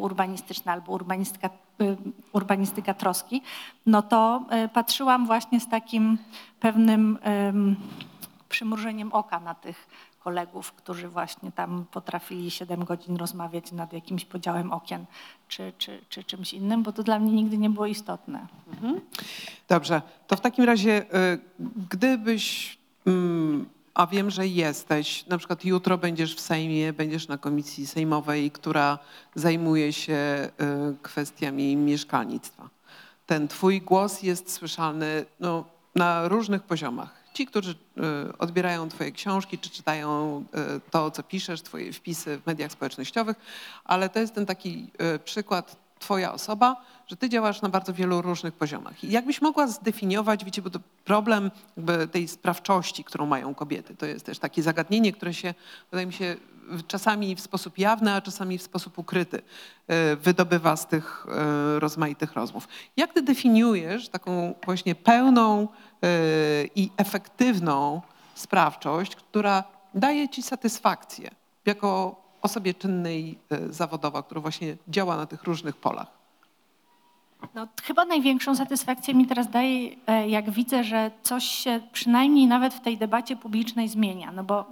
urbanistyka troski, no to patrzyłam właśnie z takim pewnym przymrużeniem oka na tych kolegów, którzy właśnie tam potrafili 7 godzin rozmawiać nad jakimś podziałem okien czy czymś innym, bo to dla mnie nigdy nie było istotne. Dobrze, to w takim razie gdybyś, a wiem, że jesteś, na przykład jutro będziesz w Sejmie, będziesz na komisji sejmowej, która zajmuje się kwestiami mieszkalnictwa. Ten twój głos jest słyszalny na różnych poziomach. Ci, którzy odbierają twoje książki, czy czytają to, co piszesz, twoje wpisy w mediach społecznościowych, ale to jest ten taki przykład, twoja osoba, że ty działasz na bardzo wielu różnych poziomach. I jakbyś mogła zdefiniować, wiecie, bo to problem jakby tej sprawczości, którą mają kobiety, to jest też takie zagadnienie, które się, wydaje mi się, czasami w sposób jawny, a czasami w sposób ukryty wydobywa z tych rozmaitych rozmów. Jak ty definiujesz taką właśnie pełną i efektywną sprawczość, która daje ci satysfakcję jako osobie czynnej zawodowo, która właśnie działa na tych różnych polach? No, chyba największą satysfakcję mi teraz daje, jak widzę, że coś się przynajmniej nawet w tej debacie publicznej zmienia. No bo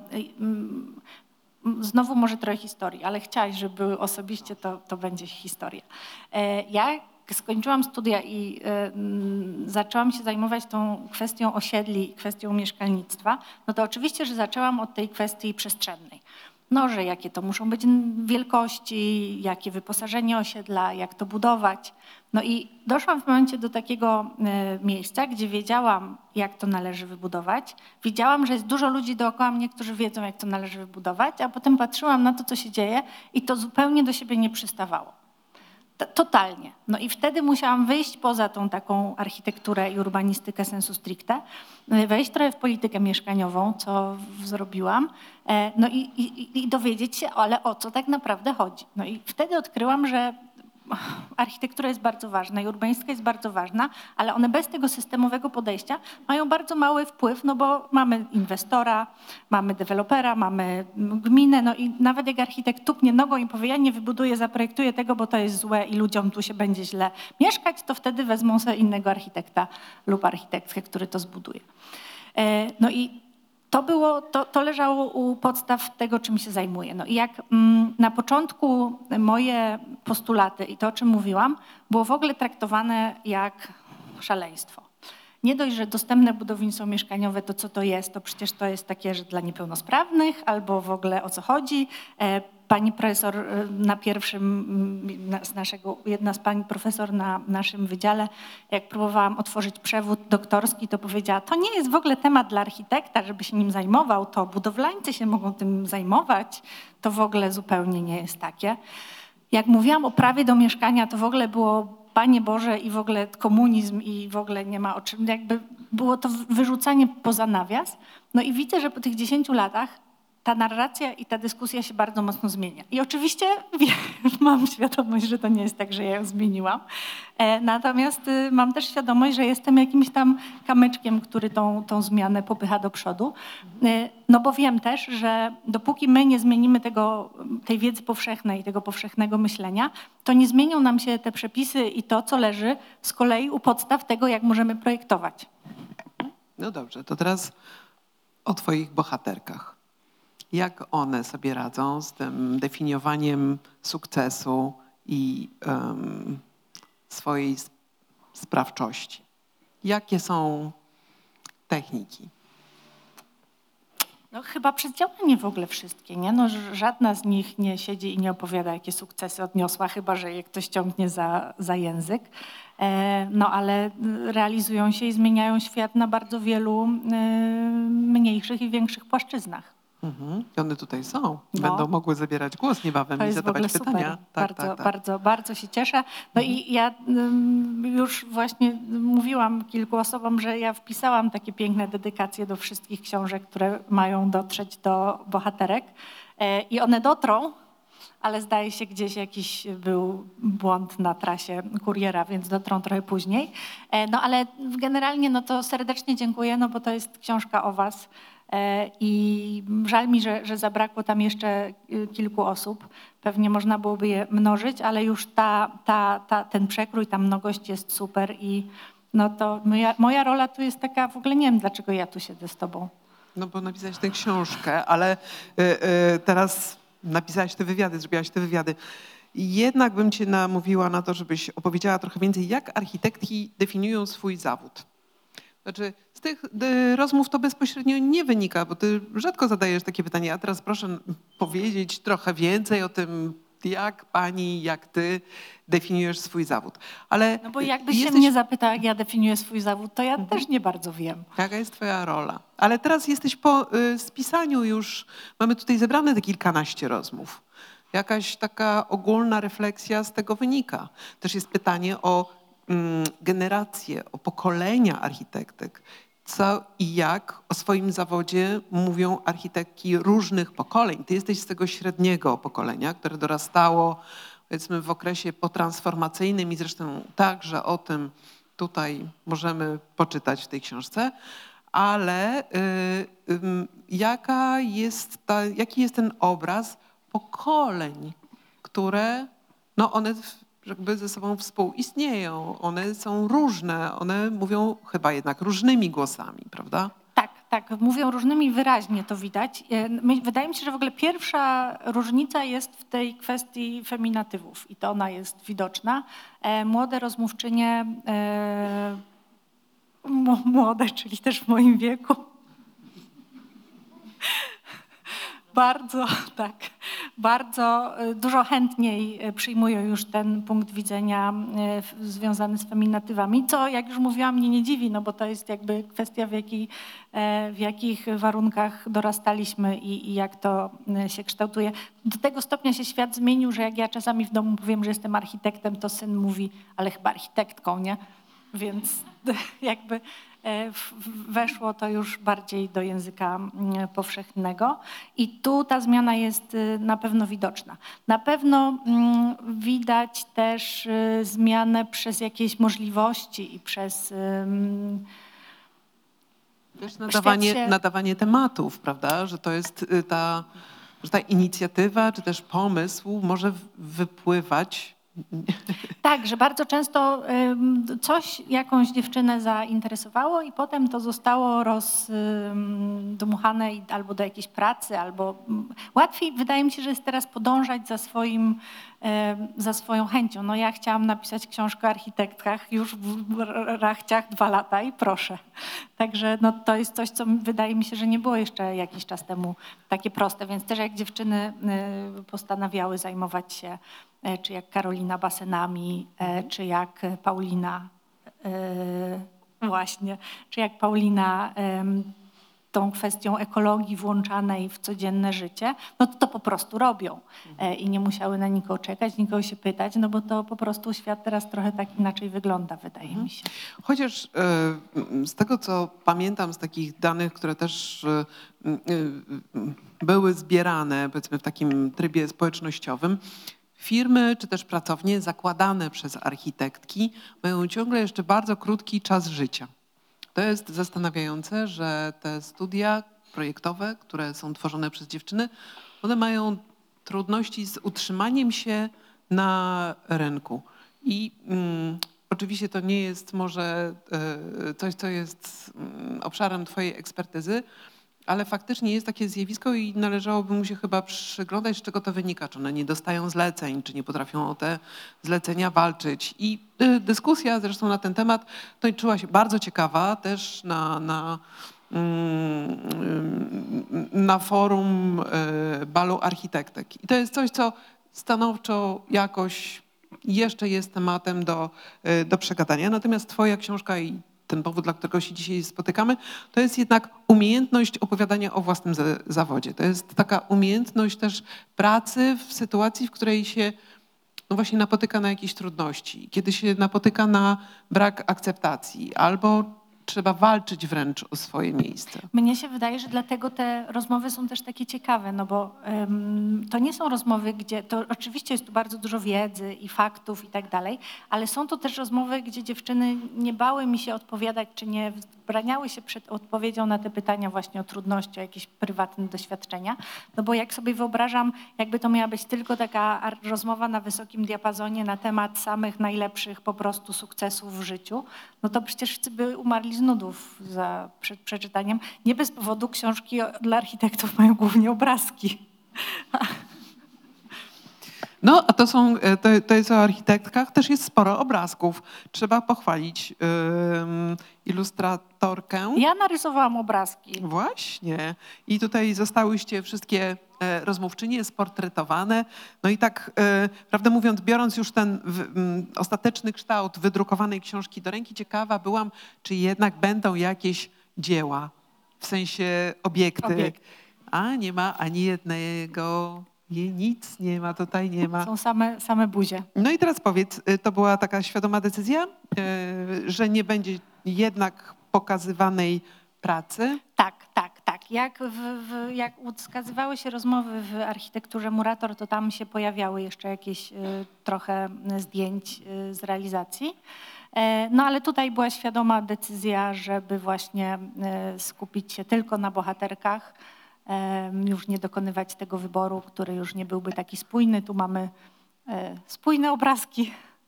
znowu może trochę historii, ale chciałaś, żeby były osobiście, to będzie historia. Ja skończyłam studia i zaczęłam się zajmować tą kwestią osiedli, kwestią mieszkalnictwa, no to oczywiście, że zaczęłam od tej kwestii przestrzennej. No, że jakie to muszą być wielkości, jakie wyposażenie osiedla, jak to budować. No i doszłam w momencie do takiego miejsca, gdzie wiedziałam, jak to należy wybudować. Wiedziałam, że jest dużo ludzi dookoła mnie, którzy wiedzą, jak to należy wybudować, a potem patrzyłam na to, co się dzieje i to zupełnie do siebie nie przystawało. Totalnie. No i wtedy musiałam wyjść poza tą taką architekturę i urbanistykę sensu stricte, wejść trochę w politykę mieszkaniową, co zrobiłam, no i dowiedzieć się, ale o co tak naprawdę chodzi. No i wtedy odkryłam, że architektura jest bardzo ważna i urbanistyka jest bardzo ważna, ale one bez tego systemowego podejścia mają bardzo mały wpływ, no bo mamy inwestora, mamy dewelopera, mamy gminę, no i nawet jak architekt tupnie nogą i powie, ja nie wybuduję, zaprojektuję tego, bo to jest złe i ludziom tu się będzie źle mieszkać, to wtedy wezmą sobie innego architekta lub architektkę, który to zbuduje. No i to leżało u podstaw tego, czym się zajmuję. No i jak na początku moje postulaty i to, o czym mówiłam, było w ogóle traktowane jak szaleństwo. Nie dość, że dostępne budownictwo mieszkaniowe, to co to jest, to przecież to jest takie, że dla niepełnosprawnych albo w ogóle o co chodzi. Pani profesor na jedna z pani profesor na naszym wydziale, jak próbowałam otworzyć przewód doktorski, to powiedziała, to nie jest w ogóle temat dla architekta, żeby się nim zajmował, to budowlańcy się mogą tym zajmować, to w ogóle zupełnie nie jest takie. Jak mówiłam o prawie do mieszkania, to w ogóle było Panie Boże i w ogóle komunizm i w ogóle nie ma o czym, jakby było to wyrzucanie poza nawias. No i widzę, że po tych 10 latach ta narracja i ta dyskusja się bardzo mocno zmienia. I oczywiście mam świadomość, że to nie jest tak, że ja ją zmieniłam. Natomiast mam też świadomość, że jestem jakimś tam kamyczkiem, który tą zmianę popycha do przodu. No bo wiem też, że dopóki my nie zmienimy tej wiedzy powszechnej, tego powszechnego myślenia, to nie zmienią nam się te przepisy i to, co leży z kolei u podstaw tego, jak możemy projektować. No dobrze, to teraz o twoich bohaterkach. Jak one sobie radzą z tym definiowaniem sukcesu i swojej sprawczości? Jakie są techniki? No chyba przez działanie w ogóle wszystkie, nie? No, żadna z nich nie siedzi i nie opowiada, jakie sukcesy odniosła, chyba że je ktoś ciągnie za język. No ale realizują się i zmieniają świat na bardzo wielu mniejszych i większych płaszczyznach. I one tutaj są. Będą mogły zabierać głos niebawem i zadawać pytania. Tak. Bardzo się cieszę. No i ja już właśnie mówiłam kilku osobom, że ja wpisałam takie piękne dedykacje do wszystkich książek, które mają dotrzeć do bohaterek. I one dotrą, ale zdaje się gdzieś jakiś był błąd na trasie kuriera, więc dotrą trochę później. No ale generalnie no to serdecznie dziękuję, no bo to jest książka o was. I żal mi, że zabrakło tam jeszcze kilku osób. Pewnie można byłoby je mnożyć, ale już ten przekrój, ta mnogość jest super i no to moja rola tu jest taka, w ogóle nie wiem, dlaczego ja tu siedzę z tobą. No bo napisałaś tę książkę, ale teraz napisałaś te wywiady, zrobiłaś te wywiady. Jednak bym cię namówiła na to, żebyś opowiedziała trochę więcej, jak architektki definiują swój zawód. Znaczy, z tych rozmów to bezpośrednio nie wynika, bo ty rzadko zadajesz takie pytania. A teraz proszę powiedzieć trochę więcej o tym, jak pani, jak ty definiujesz swój zawód. Ale no bo jakbyś się mnie zapytał, jak ja definiuję swój zawód, to ja też nie bardzo wiem. Jaka jest twoja rola? Ale teraz jesteś po spisaniu już, mamy tutaj zebrane te kilkanaście rozmów. Jakaś taka ogólna refleksja z tego wynika. Też jest pytanie o generacje, o pokolenia architektek. Co i jak o swoim zawodzie mówią architektki różnych pokoleń. Ty jesteś z tego średniego pokolenia, które dorastało powiedzmy w okresie potransformacyjnym i zresztą także o tym tutaj możemy poczytać w tej książce. Ale jaki jest ten obraz pokoleń, które no one jakby ze sobą współistnieją. One są różne, one mówią chyba jednak różnymi głosami, prawda? Tak, tak, mówią różnymi, wyraźnie to widać. Wydaje mi się, że w ogóle pierwsza różnica jest w tej kwestii feminatywów i to ona jest widoczna. Młode rozmówczynie, młode, czyli też w moim wieku, bardzo, tak, bardzo dużo chętniej przyjmują już ten punkt widzenia związany z feminatywami, co jak już mówiłam mnie nie dziwi, no bo to jest jakby kwestia w jakich warunkach dorastaliśmy i jak to się kształtuje. Do tego stopnia się świat zmienił, że jak ja czasami w domu powiem, że jestem architektem, to syn mówi, ale chyba architektką, nie? Więc jakby weszło to już bardziej do języka powszechnego i tu ta zmiana jest na pewno widoczna. Na pewno widać też zmianę przez jakieś możliwości i przez Też się... nadawanie tematów, prawda? Że to jest że ta inicjatywa czy też pomysł może wypływać. Tak, że bardzo często coś jakąś dziewczynę zainteresowało i potem to zostało rozdmuchane albo do jakiejś pracy, albo łatwiej wydaje mi się, że jest teraz podążać za swoją chęcią. No ja chciałam napisać książkę o architektkach już w rachciach 2 lata i proszę. Także no, to jest coś, co wydaje mi się, że nie było jeszcze jakiś czas temu takie proste, więc też jak dziewczyny postanawiały zajmować się czy jak Karolina basenami, czy jak Paulina właśnie, czy jak Paulina tą kwestią ekologii włączanej w codzienne życie, no to po prostu robią i nie musiały na nikogo czekać, nikogo się pytać, no bo to po prostu świat teraz trochę tak inaczej wygląda, wydaje mi się. Chociaż z tego, co pamiętam z takich danych, które też były zbierane powiedzmy w takim trybie społecznościowym, firmy czy też pracownie zakładane przez architektki mają ciągle jeszcze bardzo krótki czas życia. To jest zastanawiające, że te studia projektowe, które są tworzone przez dziewczyny, one mają trudności z utrzymaniem się na rynku. I oczywiście to nie jest może coś, co jest obszarem twojej ekspertyzy, ale faktycznie jest takie zjawisko i należałoby mu się chyba przyglądać, z czego to wynika. Czy one nie dostają zleceń, czy nie potrafią o te zlecenia walczyć. I dyskusja zresztą na ten temat toczyła się bardzo ciekawa też na forum Balu Architektek. I to jest coś, co stanowczo jakoś jeszcze jest tematem do przegadania. Natomiast twoja książka i ten powód, dla którego się dzisiaj spotykamy, to jest jednak umiejętność opowiadania o własnym zawodzie. To jest taka umiejętność też pracy w sytuacji, w której się no właśnie napotyka na jakieś trudności, kiedy się napotyka na brak akceptacji albo trzeba walczyć wręcz o swoje miejsce. Mnie się wydaje, że dlatego te rozmowy są też takie ciekawe, no bo to nie są rozmowy, gdzie to oczywiście jest tu bardzo dużo wiedzy i faktów i tak dalej, ale są to też rozmowy, gdzie dziewczyny nie bały mi się odpowiadać, czy nie wzbraniały się przed odpowiedzią na te pytania właśnie o trudności, o jakieś prywatne doświadczenia. No bo jak sobie wyobrażam, jakby to miała być tylko taka rozmowa na wysokim diapazonie na temat samych najlepszych po prostu sukcesów w życiu, no to przecież wszyscy by umarli z nudów przed przeczytaniem. Nie bez powodu książki dla architektów mają głównie obrazki. No, a to jest o architektkach, też jest sporo obrazków. Trzeba pochwalić ilustratorkę. Ja narysowałam obrazki. Właśnie. I tutaj zostałyście wszystkie rozmówczynie sportretowane. No i tak, prawdę mówiąc, biorąc już ten ostateczny kształt wydrukowanej książki do ręki, ciekawa byłam, czy jednak będą jakieś dzieła, w sensie obiekty. A nie ma ani jednego. Nic nie ma, tutaj nie ma. Są same buzie. No i teraz powiedz, to była taka świadoma decyzja, że nie będzie jednak pokazywanej pracy? Tak. Jak wskazywały się rozmowy w architekturze Murator, to tam się pojawiały jeszcze jakieś trochę zdjęć z realizacji. No ale tutaj była świadoma decyzja, żeby właśnie skupić się tylko na bohaterkach, już nie dokonywać tego wyboru, który już nie byłby taki spójny. Tu mamy spójne obrazki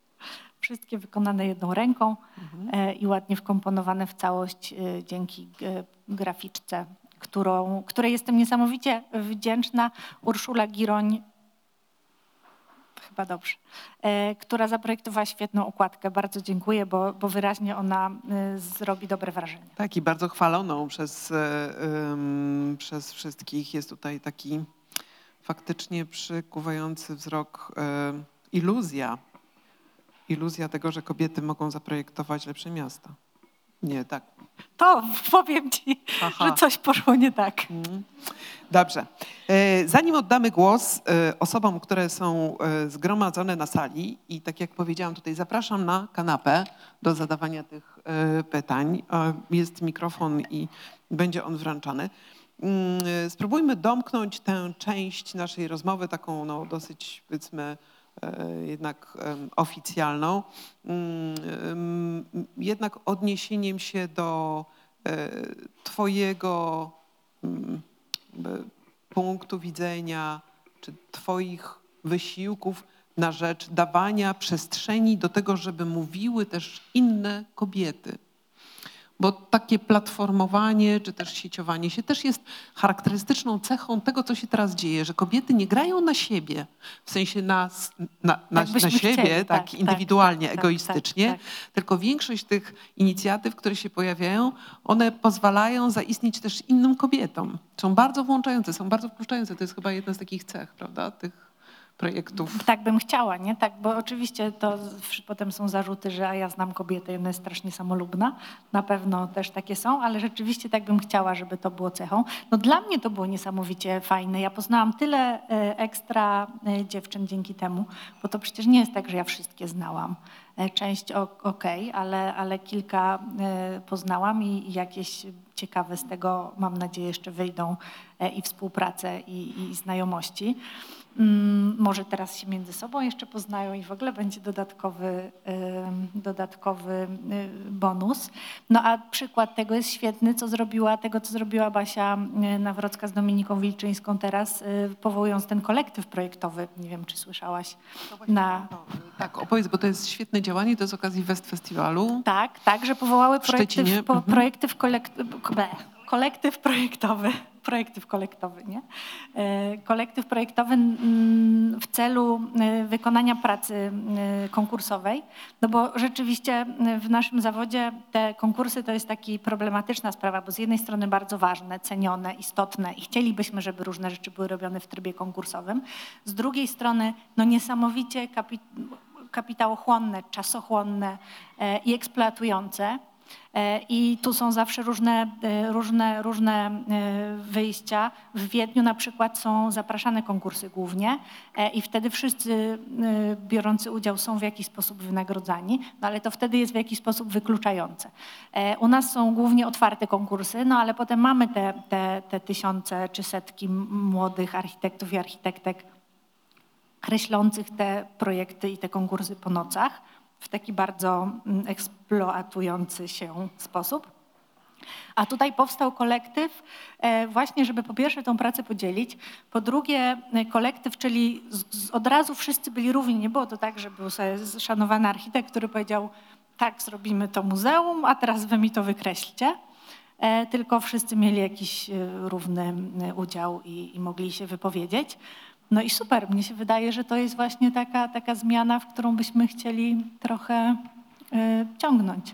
wszystkie wykonane jedną ręką i ładnie wkomponowane w całość dzięki graficzce, której jestem niesamowicie wdzięczna. Urszula Giroń, chyba dobrze, która zaprojektowała świetną okładkę. Bardzo dziękuję, bo wyraźnie ona zrobi dobre wrażenie. Tak, i bardzo chwaloną przez wszystkich. Jest tutaj taki faktycznie przykuwający wzrok iluzja tego, że kobiety mogą zaprojektować lepsze miasta. Nie, tak. To powiem ci, że coś poszło nie tak. Dobrze. Zanim oddamy głos osobom, które są zgromadzone na sali i tak jak powiedziałam tutaj zapraszam na kanapę do zadawania tych pytań. Jest mikrofon i będzie on wręczany. Spróbujmy domknąć tę część naszej rozmowy, taką no, dosyć powiedzmy jednak oficjalną, jednak odniesieniem się do twojego punktu widzenia, czy twoich wysiłków na rzecz dawania przestrzeni do tego, żeby mówiły też inne kobiety. Bo takie platformowanie, czy też sieciowanie się też jest charakterystyczną cechą tego, co się teraz dzieje, że kobiety nie grają na siebie, w sensie na siebie, chcieli, tak indywidualnie, egoistycznie, tylko większość tych inicjatyw, które się pojawiają, one pozwalają zaistnieć też innym kobietom. Są bardzo włączające, są bardzo wpuszczające. To jest chyba jedna z takich cech, prawda, tych projektów. Tak bym chciała, nie? Tak, bo oczywiście to potem są zarzuty, że ja znam kobietę i ona jest strasznie samolubna. Na pewno też takie są, ale rzeczywiście tak bym chciała, żeby to było cechą. No dla mnie to było niesamowicie fajne. Ja poznałam tyle ekstra dziewczyn dzięki temu, bo to przecież nie jest tak, że ja wszystkie znałam. Część okej, ale kilka poznałam i jakieś ciekawe z tego, mam nadzieję, jeszcze wyjdą i współpracę i znajomości. Może teraz się między sobą jeszcze poznają i w ogóle będzie dodatkowy bonus. No a przykład tego jest świetny, co zrobiła Basia Nawrocka z Dominiką Wilczyńską teraz, powołując ten kolektyw projektowy. Nie wiem, czy słyszałaś. Tak, opowiedz, bo to jest świetne działanie, to jest z okazji West Festiwalu. Tak, że powołały kolektyw kolektowy, nie? Kolektyw projektowy w celu wykonania pracy konkursowej, no bo rzeczywiście w naszym zawodzie te konkursy to jest taka problematyczna sprawa, bo z jednej strony bardzo ważne, cenione, istotne i chcielibyśmy, żeby różne rzeczy były robione w trybie konkursowym. Z drugiej strony no niesamowicie kapitałochłonne, czasochłonne i eksploatujące. I tu są zawsze różne wyjścia. W Wiedniu na przykład są zapraszane konkursy głównie i wtedy wszyscy biorący udział są w jakiś sposób wynagrodzani, no ale to wtedy jest w jakiś sposób wykluczające. U nas są głównie otwarte konkursy, no ale potem mamy te tysiące czy setki młodych architektów i architektek kreślących te projekty i te konkursy po nocach w taki bardzo eksploatujący się sposób. A tutaj powstał kolektyw właśnie, żeby po pierwsze tą pracę podzielić, po drugie kolektyw, czyli od razu wszyscy byli równi. Nie było to tak, że był sobie szanowany architekt, który powiedział tak, zrobimy to muzeum, a teraz wy mi to wykreślcie. Tylko wszyscy mieli jakiś równy udział i mogli się wypowiedzieć. No i super, mnie się wydaje, że to jest właśnie taka zmiana, w którą byśmy chcieli trochę ciągnąć.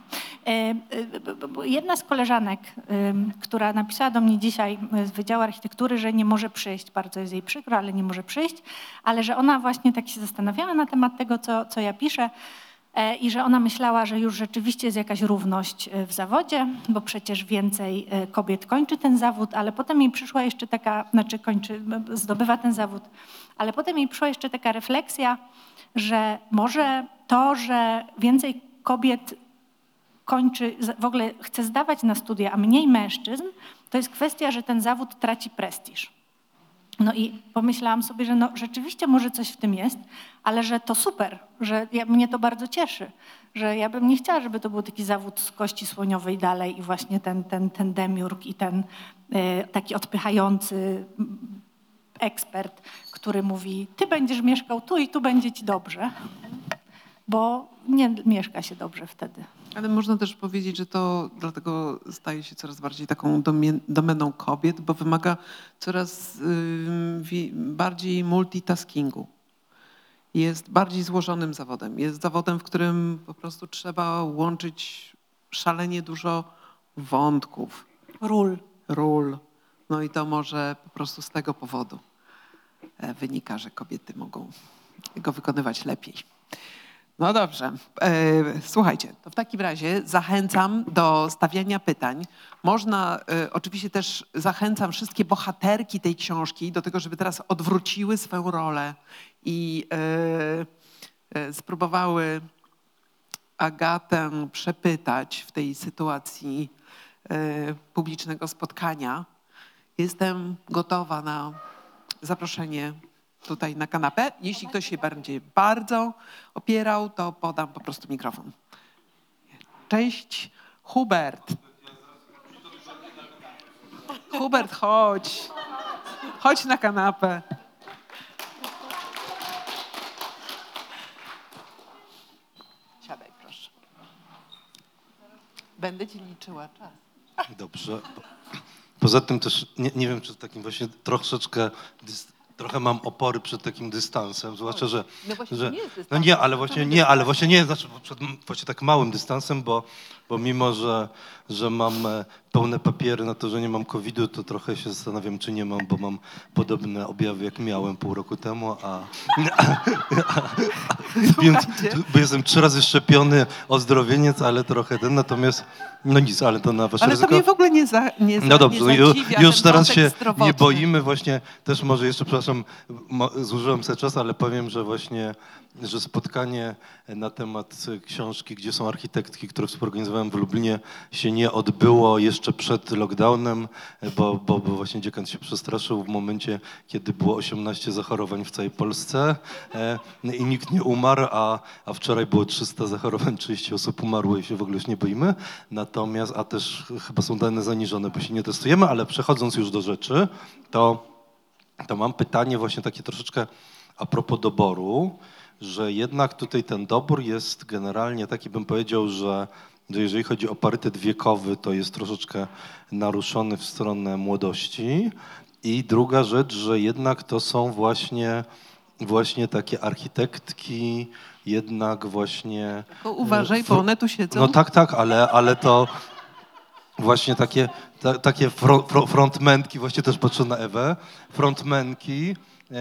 Jedna z koleżanek, która napisała do mnie dzisiaj z Wydziału Architektury, że nie może przyjść, bardzo jest jej przykro, ale nie może przyjść, ale że ona właśnie tak się zastanawiała na temat tego, co ja piszę i że ona myślała, że już rzeczywiście jest jakaś równość w zawodzie, bo przecież więcej kobiet kończy ten zawód, ale potem jej przyszła jeszcze taka, zdobywa ten zawód, ale potem jej przyszła jeszcze taka refleksja, że może to, że więcej kobiet kończy, w ogóle chce zdawać na studia, a mniej mężczyzn, to jest kwestia, że ten zawód traci prestiż. No i pomyślałam sobie, że no rzeczywiście może coś w tym jest, ale że to super, że mnie to bardzo cieszy, że ja bym nie chciała, żeby to był taki zawód z kości słoniowej dalej i właśnie ten demiurg i ten taki odpychający ekspert, który mówi, ty będziesz mieszkał tu i tu będzie ci dobrze. bo nie mieszka się dobrze wtedy. Ale można też powiedzieć, że to dlatego staje się coraz bardziej taką domeną kobiet, bo wymaga coraz bardziej multitaskingu. Jest bardziej złożonym zawodem. Jest zawodem, w którym po prostu trzeba łączyć szalenie dużo wątków, ról. No i to może po prostu z tego powodu wynika, że kobiety mogą go wykonywać lepiej. No dobrze. Słuchajcie, to w takim razie zachęcam do stawiania pytań. Można, oczywiście też zachęcam wszystkie bohaterki tej książki do tego, żeby teraz odwróciły swoją rolę i spróbowały Agatę przepytać w tej sytuacji publicznego spotkania. Jestem gotowa na zaproszenie tutaj na kanapę. Jeśli ktoś się będzie bardzo opierał, to podam po prostu mikrofon. Cześć, Hubert. Hubert, chodź. Chodź na kanapę. Siadaj, proszę. Będę ci liczyła czas. Dobrze. Poza tym też nie wiem, czy takim właśnie trochę mam opory przed takim dystansem, zwłaszcza, że... No właśnie to nie jest dystans. No nie, ale właśnie nie, znaczy przed właśnie tak małym dystansem, bo mimo, że mam pełne papiery na to, że nie mam COVID-u, to trochę się zastanawiam, czy nie mam, bo mam podobne objawy, jak miałem pół roku temu, więc bo jestem 3 razy szczepiony, ozdrowieniec, ale trochę natomiast no nic, ale to na wasze ale ryzyko. to mnie w ogóle No dobrze, nie zadziwia już ten teraz wątek się zdrowotny. nie boimy właśnie, też może jeszcze, przepraszam, zużyłem sobie czas, ale powiem, że właśnie, że spotkanie na temat książki, gdzie są architektki, które współorganizowałem w Lublinie, się nie odbyło jeszcze przed lockdownem, bo właśnie dziekan się przestraszył w momencie, kiedy było 18 zachorowań w całej Polsce i nikt nie umarł, a wczoraj było 300 zachorowań, 30 osób umarło i się w ogóle już nie boimy. Natomiast, a też chyba są dane zaniżone, bo się nie testujemy, ale przechodząc już do rzeczy, to mam pytanie właśnie takie troszeczkę a propos doboru, że jednak tutaj ten dobór jest generalnie taki, bym powiedział, że jeżeli chodzi o parytet wiekowy, to jest troszeczkę naruszony w stronę młodości. I druga rzecz, że jednak to są właśnie takie architektki, jednak właśnie... Tylko uważaj, bo one tu siedzą. No tak, ale to właśnie takie frontmenki, właśnie też patrzę na Ewę, frontmenki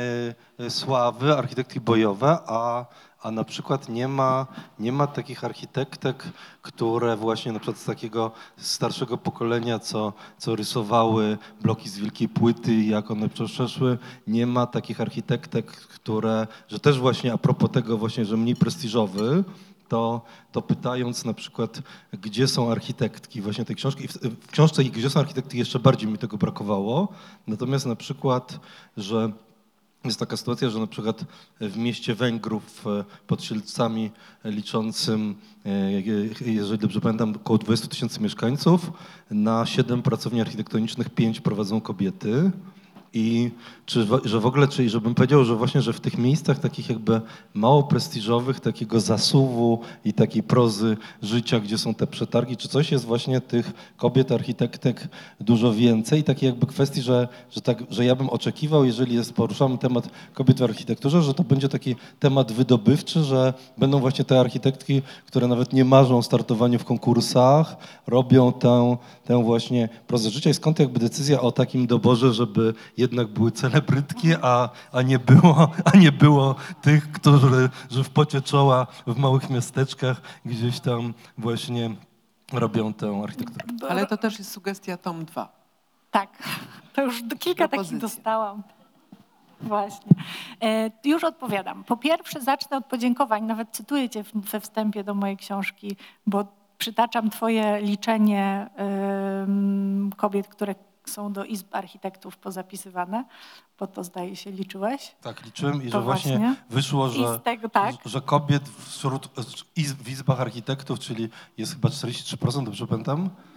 sławy, architektki bojowe, a na przykład nie ma takich architektek, które właśnie na przykład z takiego starszego pokolenia, co rysowały bloki z wielkiej płyty, jak one przeszły, nie ma takich architektek, które, że też właśnie a propos tego właśnie, że mniej prestiżowy, to pytając na przykład, gdzie są architektki właśnie tej książki, w książce Gdzie są architektki jeszcze bardziej mi tego brakowało, natomiast na przykład, że jest taka sytuacja, że na przykład w mieście Węgrów pod Siedlcami liczącym, jeżeli dobrze pamiętam, około 20 000 mieszkańców, na 7 pracowni architektonicznych 5 prowadzą kobiety. I że w ogóle, czyli żebym powiedział, że właśnie, że w tych miejscach takich jakby mało prestiżowych, takiego zasuwu i takiej prozy życia, gdzie są te przetargi, czy coś jest właśnie tych kobiet, architektek dużo więcej i takiej jakby kwestii, że ja bym oczekiwał, jeżeli poruszamy temat kobiet w architekturze, że to będzie taki temat wydobywczy, że będą właśnie te architektki, które nawet nie marzą o startowaniu w konkursach, robią tę właśnie prozę życia i skąd jakby decyzja o takim doborze, żeby jednak były celebrytki, a nie było tych, którzy że w pocie czoła w małych miasteczkach gdzieś tam właśnie robią tę architekturę. Ale to też jest sugestia tom 2. Tak, to już kilka takich dostałam. Właśnie. Już odpowiadam. Po pierwsze zacznę od podziękowań. Nawet cytuję cię we wstępie do mojej książki, bo przytaczam twoje liczenie kobiet, które są do izb architektów pozapisywane, bo to zdaje się liczyłeś. Tak, liczyłem i To że właśnie wyszło, że kobiet w izbach architektów, czyli jest chyba 43%, dobrze pamiętam?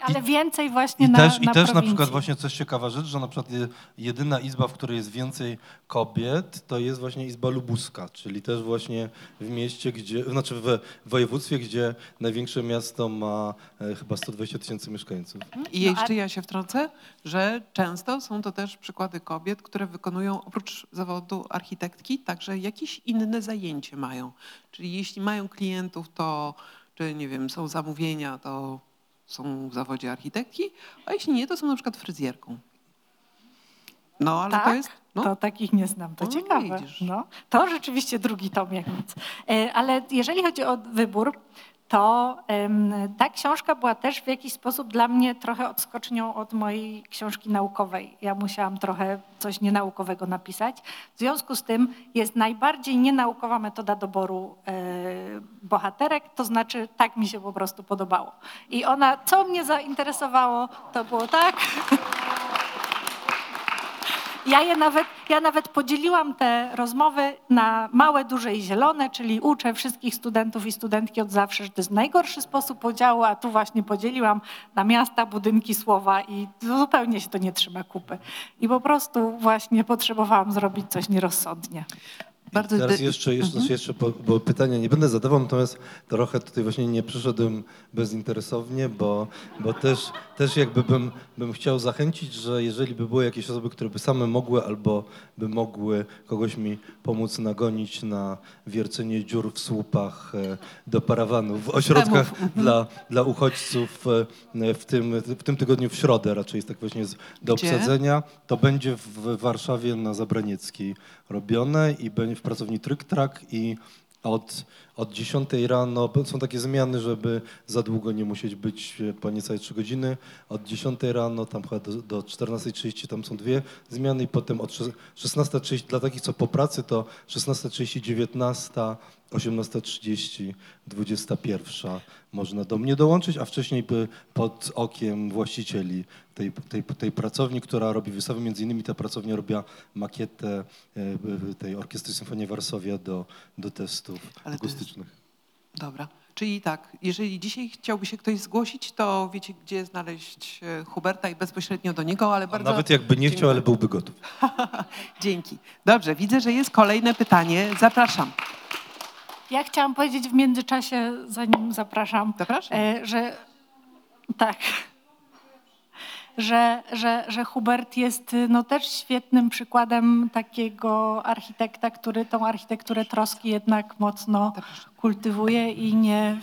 Ale więcej właśnie I na też na prowincji. przykład właśnie coś ciekawa rzecz, że na przykład jedyna izba, w której jest więcej kobiet, to jest właśnie izba lubuska, czyli też właśnie w mieście, znaczy w województwie, gdzie największe miasto ma chyba 120 000 mieszkańców. I jeszcze ja się wtrącę, że często są to też przykłady kobiet, które wykonują oprócz zawodu architektki także jakieś inne zajęcie mają. Czyli jeśli mają klientów, to czy nie wiem, są zamówienia, to są w zawodzie architektki, a jeśli nie, to są na przykład fryzjerką. No, ale Tak? to jest... No. To takich nie znam, to No, ciekawe. widzisz. No, to rzeczywiście drugi tom jak nic. Ale jeżeli chodzi o wybór, to ta książka była też w jakiś sposób dla mnie trochę odskocznią od mojej książki naukowej. Ja musiałam trochę coś nienaukowego napisać. W związku z tym jest najbardziej nienaukowa metoda doboru bohaterek, to znaczy tak mi się po prostu podobało. I ona, co mnie zainteresowało, to było tak... Ja nawet podzieliłam te rozmowy na małe, duże i zielone, czyli uczę wszystkich studentów i studentki od zawsze, że to jest najgorszy sposób podziału, a tu właśnie podzieliłam na miasta, budynki, słowa i zupełnie się to nie trzyma kupy. I po prostu właśnie potrzebowałam zrobić coś nierozsądnie. Bardzo Teraz jeszcze bo pytania nie będę zadawał, natomiast trochę tutaj właśnie nie przyszedłem bezinteresownie, bo też jakby bym chciał zachęcić, że jeżeli by były jakieś osoby, które by same mogły albo by mogły kogoś mi pomóc nagonić na wiercenie dziur w słupach do parawanów w ośrodkach dla uchodźców w tym tygodniu w środę raczej jest tak właśnie do Gdzie? obsadzenia, to będzie w Warszawie na Zabranieckiej robione i będzie w pracowni Tryk-Trak i od 10 rano, są takie zmiany, żeby za długo nie musieć być po niecałe 3 godziny. Od 10 rano, tam chyba do 14:30 tam są 2 zmiany i potem od 16:30 dla takich, co po pracy, to 16:30, 19, 18:30, 21 można do mnie dołączyć, a wcześniej by pod okiem właścicieli tej pracowni, która robi wystawy, między innymi ta pracownia robiła makietę tej Orkiestry Symfonii Warszawia do testów Ale to jest- akustycznych. Dobra. Czyli tak, jeżeli dzisiaj chciałby się ktoś zgłosić, to wiecie, gdzie znaleźć Huberta i bezpośrednio do niego, ale A bardzo... nawet jakby nie chciał, ale byłby gotów. Dzięki. Dobrze, widzę, że jest kolejne pytanie. Zapraszam. Ja chciałam powiedzieć w międzyczasie, zanim zapraszam, Zapraszam. że tak, że Hubert jest no, też świetnym przykładem takiego architekta, który tą architekturę troski jednak mocno kultywuje i nie...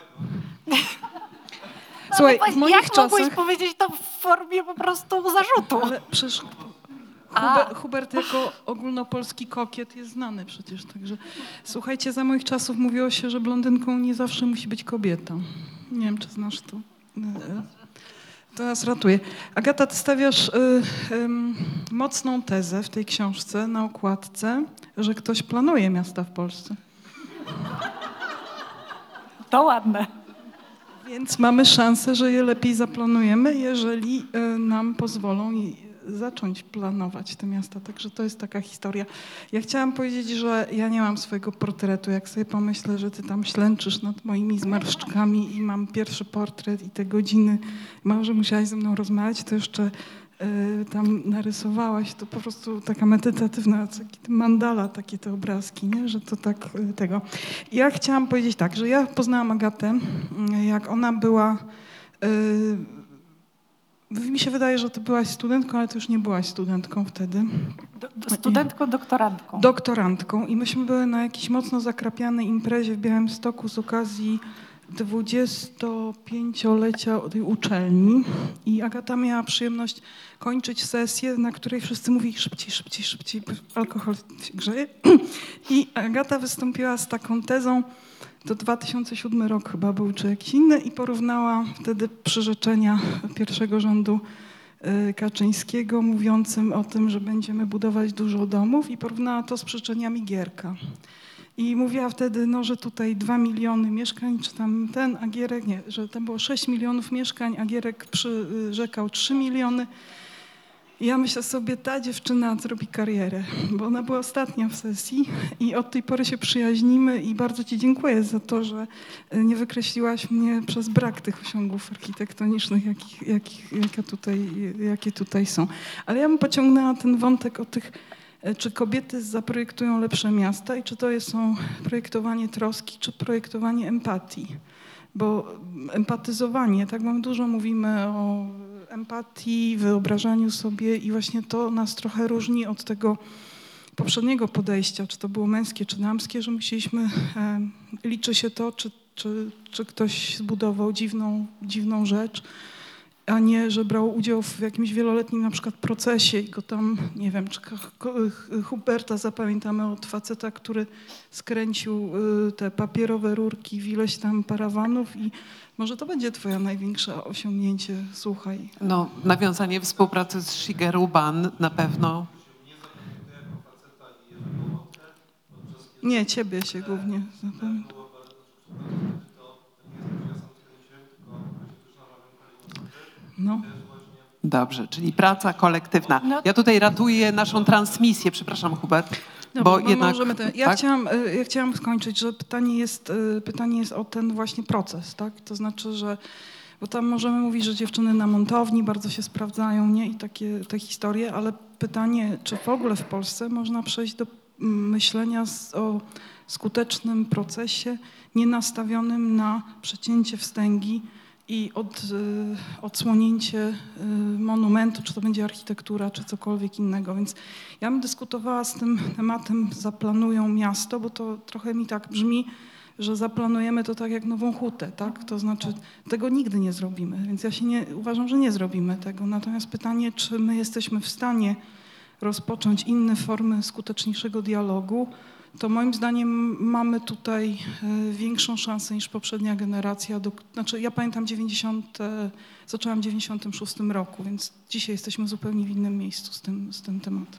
Słuchaj, No, w moich jak mogłeś czasach... powiedzieć to w formie po prostu zarzutu? Ale przecież Hubert jako ogólnopolski kokiet jest znany przecież. Także słuchajcie, za moich czasów mówiło się, że blondynką nie zawsze musi być kobieta. Nie wiem, czy znasz to. To nas ratuje. Agata, ty stawiasz mocną tezę w tej książce na okładce, że ktoś planuje miasta w Polsce. To ładne. Więc mamy szansę, że je lepiej zaplanujemy, jeżeli nam pozwolą zacząć planować te miasta. Także to jest taka historia. Ja chciałam powiedzieć, że ja nie mam swojego portretu. Jak sobie pomyślę, że ty tam ślęczysz nad moimi zmarszczkami i mam pierwszy portret i te godziny, może musiałaś ze mną rozmawiać, to jeszcze tam narysowałaś, to po prostu taka medytatywna, mandala, takie te obrazki, nie? Że to tak tego. Ja chciałam powiedzieć tak, że ja poznałam Agatę, jak ona była... Mi się wydaje, że ty byłaś studentką, ale ty już nie byłaś studentką wtedy. Studentką, doktorantką. Doktorantką i myśmy były na jakiejś mocno zakrapianej imprezie w Białymstoku z okazji 25-lecia tej uczelni i Agata miała przyjemność kończyć sesję, na której wszyscy mówili szybciej, szybciej, szybciej, alkohol się grzeje. I Agata wystąpiła z taką tezą, to 2007 rok chyba był, czy jakiś inny, i porównała wtedy przyrzeczenia pierwszego rządu Kaczyńskiego mówiącym o tym, że będziemy budować dużo domów i porównała to z przyrzeczeniami Gierka. I mówiła wtedy, no, że tutaj 2 miliony mieszkań, czy tam a Gierek nie, że tam było 6 milionów mieszkań, a Gierek przyrzekał 3 miliony. Ja myślę sobie, ta dziewczyna zrobi karierę, bo ona była ostatnia w sesji i od tej pory się przyjaźnimy i bardzo ci dziękuję za to, że nie wykreśliłaś mnie przez brak tych osiągów architektonicznych, jakie tutaj są. Ale ja bym pociągnęła ten wątek o tych, czy kobiety zaprojektują lepsze miasta i czy to są projektowanie troski, czy projektowanie empatii. Bo empatyzowanie, tak mam dużo mówimy o empatii, wyobrażaniu sobie i właśnie to nas trochę różni od tego poprzedniego podejścia, czy to było męskie, czy damskie, że musieliśmy, liczy się to, czy ktoś zbudował dziwną rzecz, a nie, że brał udział w jakimś wieloletnim na przykład procesie i go tam, nie wiem, czy Huberta zapamiętamy od faceta, który skręcił te papierowe rurki w ileś tam parawanów i może to będzie twoje największe osiągnięcie, słuchaj. No, nawiązanie współpracy z Shigeru Ban na pewno. Nie, ciebie się głównie zapamiętam. No. Dobrze, czyli praca kolektywna. No. Ja tutaj ratuję naszą transmisję, przepraszam Hubert, bo jednak... Ja tak? chciałam skończyć, że pytanie jest o ten właśnie proces, tak? To znaczy, że bo tam możemy mówić, że dziewczyny na montowni bardzo się sprawdzają, nie? I te historie, ale pytanie, czy w ogóle w Polsce można przejść do myślenia o skutecznym procesie nienastawionym na przecięcie wstęgi i odsłonięcie monumentu, czy to będzie architektura, czy cokolwiek innego. Więc ja bym dyskutowała z tym tematem zaplanują miasto, bo to trochę mi tak brzmi, że zaplanujemy to tak jak Nową Hutę, tak? To znaczy tego nigdy nie zrobimy, więc ja uważam, że nie zrobimy tego. Natomiast pytanie, czy my jesteśmy w stanie rozpocząć inne formy skuteczniejszego dialogu, to moim zdaniem mamy tutaj większą szansę niż poprzednia generacja. Znaczy ja pamiętam zaczęłam w 96 roku, więc dzisiaj jesteśmy zupełnie w innym miejscu z tym tematem.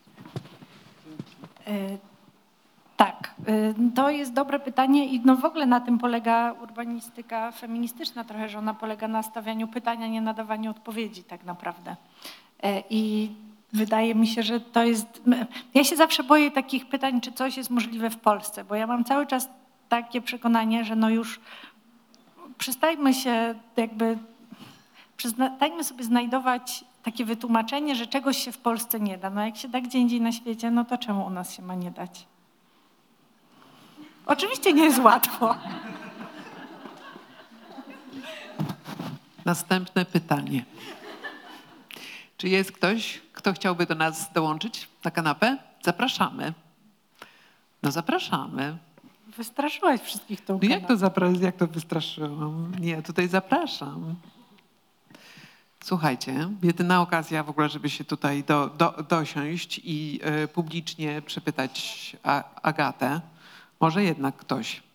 Tak, to jest dobre pytanie i no w ogóle na tym polega urbanistyka feministyczna trochę, że ona polega na stawianiu pytania, nie na dawaniu odpowiedzi tak naprawdę. I wydaje mi się, że to jest... Ja się zawsze boję takich pytań, czy coś jest możliwe w Polsce, bo ja mam cały czas takie przekonanie, że no już przestańmy się przestańmy sobie znajdować takie wytłumaczenie, że czegoś się w Polsce nie da. No jak się da gdzie indziej na świecie, no to czemu u nas się ma nie dać? Oczywiście nie jest łatwo. Następne pytanie. Czy jest ktoś, kto chciałby do nas dołączyć na kanapę? Zapraszamy. No zapraszamy. Wystraszyłaś wszystkich tą No kanapą. jak to wystraszyłam? Nie, tutaj zapraszam. Słuchajcie, jedyna okazja w ogóle, żeby się tutaj dosiąść i publicznie przepytać Agatę. Może jednak ktoś.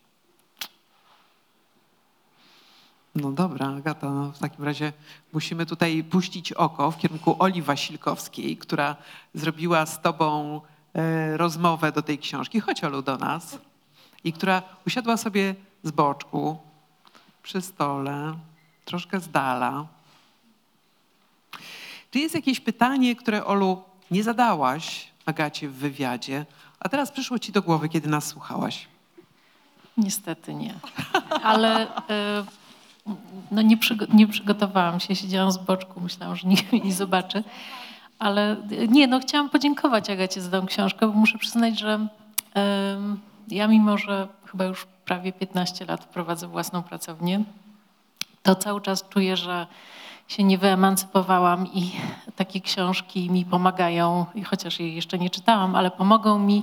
No dobra, Agata, no w takim razie musimy tutaj puścić oko w kierunku Oli Wasilkowskiej, która zrobiła z tobą rozmowę do tej książki. Chodź, Olu, do nas. I która usiadła sobie z boczku, przy stole, troszkę z dala. Czy jest jakieś pytanie, które, Olu, nie zadałaś Agacie w wywiadzie, a teraz przyszło ci do głowy, kiedy nas słuchałaś? Niestety nie. Ale no nie przygotowałam się, siedziałam z boczku, myślałam, że nikt mnie nie zobaczy. Ale nie, no chciałam podziękować Agacie za tę książkę, bo muszę przyznać, że ja mimo, że chyba już prawie 15 lat prowadzę własną pracownię, to cały czas czuję, że się nie wyemancypowałam i takie książki mi pomagają, i chociaż jej jeszcze nie czytałam, ale pomogą mi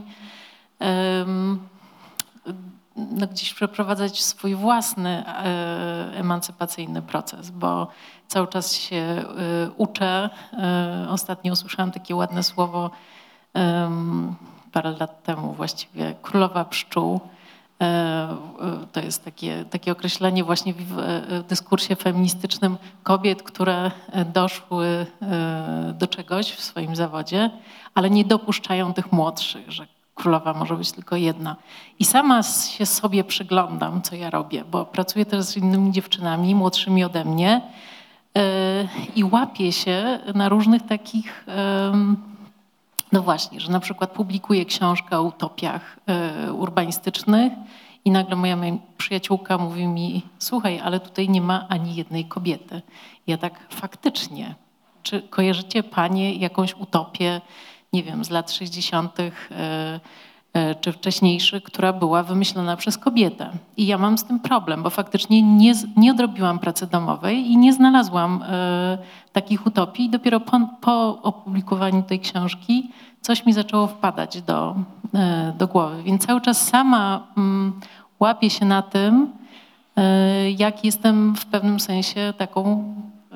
no, gdzieś przeprowadzać swój własny emancypacyjny proces, bo cały czas się uczę. Ostatnio usłyszałam takie ładne słowo parę lat temu właściwie, królowa pszczół. To jest takie określenie właśnie w dyskursie feministycznym kobiet, które doszły do czegoś w swoim zawodzie, ale nie dopuszczają tych młodszych, że królowa może być tylko jedna. I sama się sobie przyglądam, co ja robię, bo pracuję teraz z innymi dziewczynami, młodszymi ode mnie i łapię się na różnych takich, no właśnie, że na przykład publikuję książkę o utopiach urbanistycznych i nagle moja przyjaciółka mówi mi, słuchaj, ale tutaj nie ma ani jednej kobiety. Ja tak faktycznie, czy kojarzycie panie jakąś utopię, nie wiem, z lat 60. Czy wcześniejszych, która była wymyślona przez kobietę. I ja mam z tym problem, bo faktycznie nie odrobiłam pracy domowej i nie znalazłam takich utopii. Dopiero po opublikowaniu tej książki coś mi zaczęło wpadać do głowy. Więc cały czas sama łapię się na tym, jak jestem w pewnym sensie taką,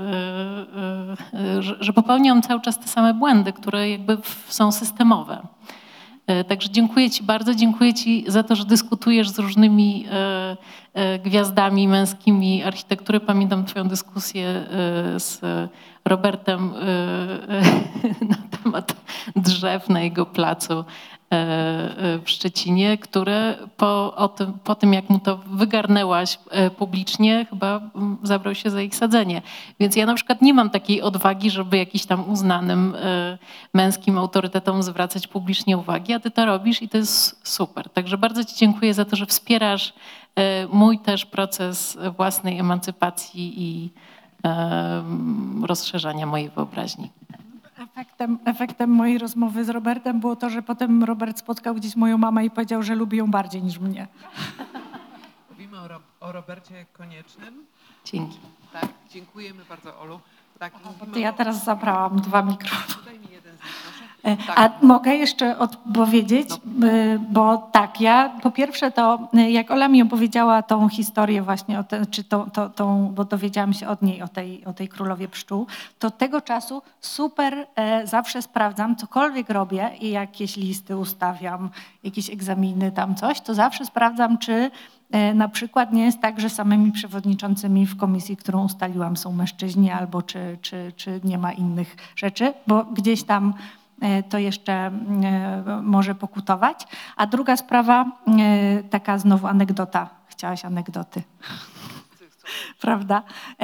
że popełniam cały czas te same błędy, które jakby są systemowe. Także dziękuję Ci bardzo, dziękuję Ci za to, że dyskutujesz z różnymi gwiazdami męskimi architektury. Pamiętam Twoją dyskusję z Robertem na temat drzew na jego placu w Szczecinie, które po tym, jak mu to wygarnęłaś publicznie, chyba zabrał się za ich sadzenie. Więc ja na przykład nie mam takiej odwagi, żeby jakiś tam uznanym męskim autorytetom zwracać publicznie uwagi, a ty to robisz i to jest super. Także bardzo Ci dziękuję za to, że wspierasz mój też proces własnej emancypacji i rozszerzania mojej wyobraźni. Efektem mojej rozmowy z Robertem było to, że potem Robert spotkał gdzieś moją mamę i powiedział, że lubi ją bardziej niż mnie. Mówimy o Robercie Koniecznym. Dzięki. Tak, dziękujemy bardzo, Olu. Tak, To ja teraz zabrałam 2 mikrofony. Daj mi jeden z nich, proszę. A mogę jeszcze odpowiedzieć? Bo tak, ja po pierwsze to, jak Ola mi opowiedziała tą historię właśnie, bo dowiedziałam się od niej o tej królowie pszczół, to od tego czasu super zawsze sprawdzam, cokolwiek robię i jakieś listy ustawiam, jakieś egzaminy tam coś, to zawsze sprawdzam, czy na przykład nie jest tak, że samymi przewodniczącymi w komisji, którą ustaliłam, są mężczyźni, albo czy nie ma innych rzeczy, bo gdzieś tam to jeszcze może pokutować. A druga sprawa, taka znowu anegdota. Chciałaś anegdoty. Prawda?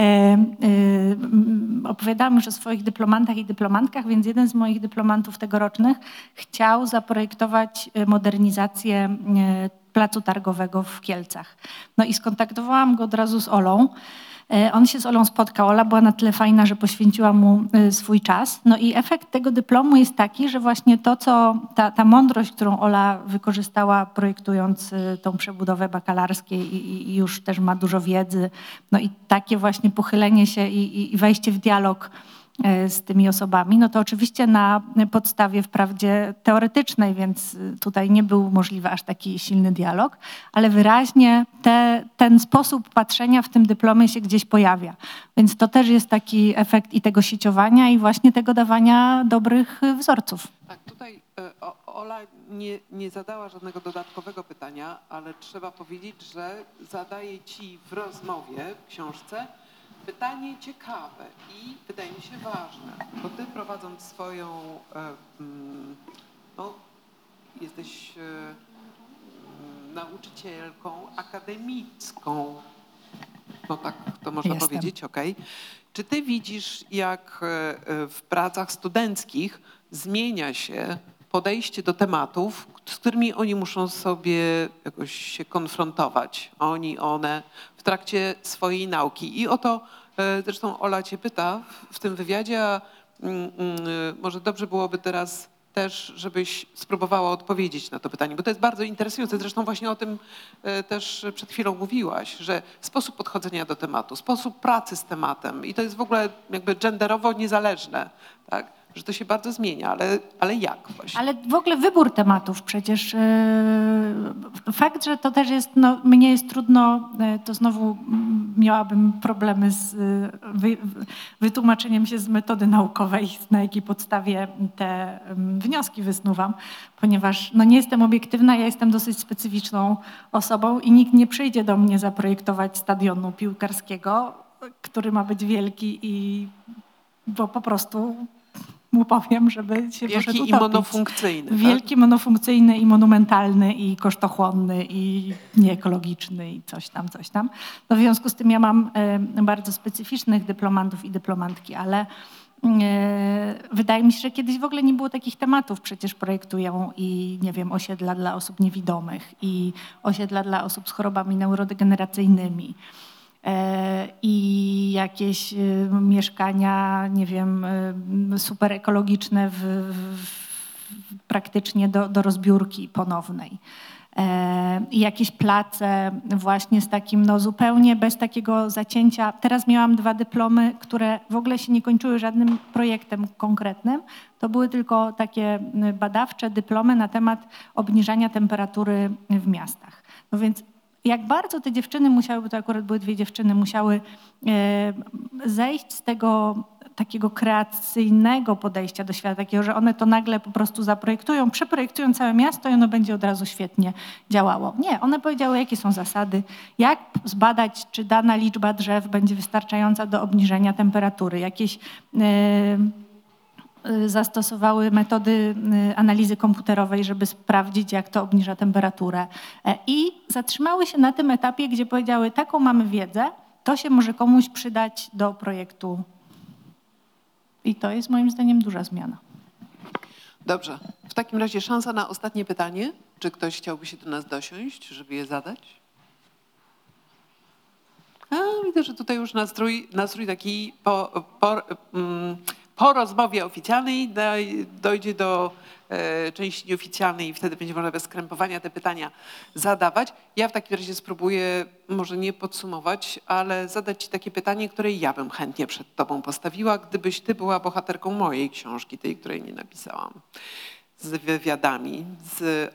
Opowiadałam już o swoich dyplomantach i dyplomantkach, więc jeden z moich dyplomantów tegorocznych chciał zaprojektować modernizację placu targowego w Kielcach. No i skontaktowałam go od razu z Olą. On się z Olą spotkał. Ola była na tyle fajna, że poświęciła mu swój czas. No i efekt tego dyplomu jest taki, że właśnie to, co ta mądrość, którą Ola wykorzystała projektując tą przebudowę bakalarskiej i już też ma dużo wiedzy, no i takie właśnie pochylenie się i wejście w dialog z tymi osobami, no to oczywiście na podstawie wprawdzie teoretycznej, więc tutaj nie był możliwy aż taki silny dialog, ale wyraźnie ten sposób patrzenia w tym dyplomie się gdzieś pojawia. Więc to też jest taki efekt i tego sieciowania i właśnie tego dawania dobrych wzorców. Tak, tutaj Ola nie zadała żadnego dodatkowego pytania, ale trzeba powiedzieć, że zadaje Ci w rozmowie, w książce, pytanie ciekawe i wydaje mi się ważne, bo ty prowadząc swoją, no, jesteś nauczycielką akademicką, no tak to można powiedzieć, okej. Czy ty widzisz, jak w pracach studenckich zmienia się podejście do tematów, z którymi oni muszą sobie jakoś się konfrontować, one w trakcie swojej nauki. I o to zresztą Ola cię pyta w tym wywiadzie, a może dobrze byłoby teraz też, żebyś spróbowała odpowiedzieć na to pytanie, bo to jest bardzo interesujące. Zresztą właśnie o tym też przed chwilą mówiłaś, że sposób podchodzenia do tematu, sposób pracy z tematem i to jest w ogóle jakby genderowo niezależne, tak? Że to się bardzo zmienia, ale jak właśnie? Ale w ogóle wybór tematów przecież. Fakt, że to też jest, no, mnie jest trudno, to znowu miałabym problemy z wytłumaczeniem się z metody naukowej, na jakiej podstawie te wnioski wysnuwam, ponieważ no, nie jestem obiektywna, ja jestem dosyć specyficzną osobą i nikt nie przyjdzie do mnie zaprojektować stadionu piłkarskiego, który ma być wielki bo po prostu mu powiem, żeby się poszedł Wielki i utopić. monofunkcyjny. Tak? Wielki, monofunkcyjny i monumentalny i kosztochłonny i nieekologiczny i coś tam, coś tam. No w związku z tym ja mam bardzo specyficznych dyplomantów i dyplomantki, ale wydaje mi się, że kiedyś w ogóle nie było takich tematów. Przecież projektują i, nie wiem, osiedla dla osób niewidomych i osiedla dla osób z chorobami neurodegeneracyjnymi i jakieś mieszkania, nie wiem, super ekologiczne praktycznie do rozbiórki ponownej. I jakieś place właśnie z takim, no zupełnie bez takiego zacięcia. Teraz miałam 2 dyplomy, które w ogóle się nie kończyły żadnym projektem konkretnym. To były tylko takie badawcze dyplomy na temat obniżania temperatury w miastach. No więc jak bardzo te dziewczyny musiały, bo to akurat były 2 dziewczyny, musiały zejść z tego takiego kreacyjnego podejścia do świata, takiego, że one to nagle po prostu zaprojektują, przeprojektują całe miasto i ono będzie od razu świetnie działało. Nie, one powiedziały, jakie są zasady, jak zbadać, czy dana liczba drzew będzie wystarczająca do obniżenia temperatury, jakieś zastosowały metody analizy komputerowej, żeby sprawdzić, jak to obniża temperaturę. I zatrzymały się na tym etapie, gdzie powiedziały, taką mamy wiedzę, to się może komuś przydać do projektu. I to jest moim zdaniem duża zmiana. Dobrze. W takim razie szansa na ostatnie pytanie. Czy ktoś chciałby się do nas dosiąść, żeby je zadać? Widzę, że tutaj już nastrój taki po rozmowie oficjalnej dojdzie do części nieoficjalnej i wtedy będzie można bez skrępowania te pytania zadawać. Ja w takim razie spróbuję może nie podsumować, ale zadać ci takie pytanie, które ja bym chętnie przed tobą postawiła, gdybyś ty była bohaterką mojej książki, tej, której nie napisałam, z wywiadami, z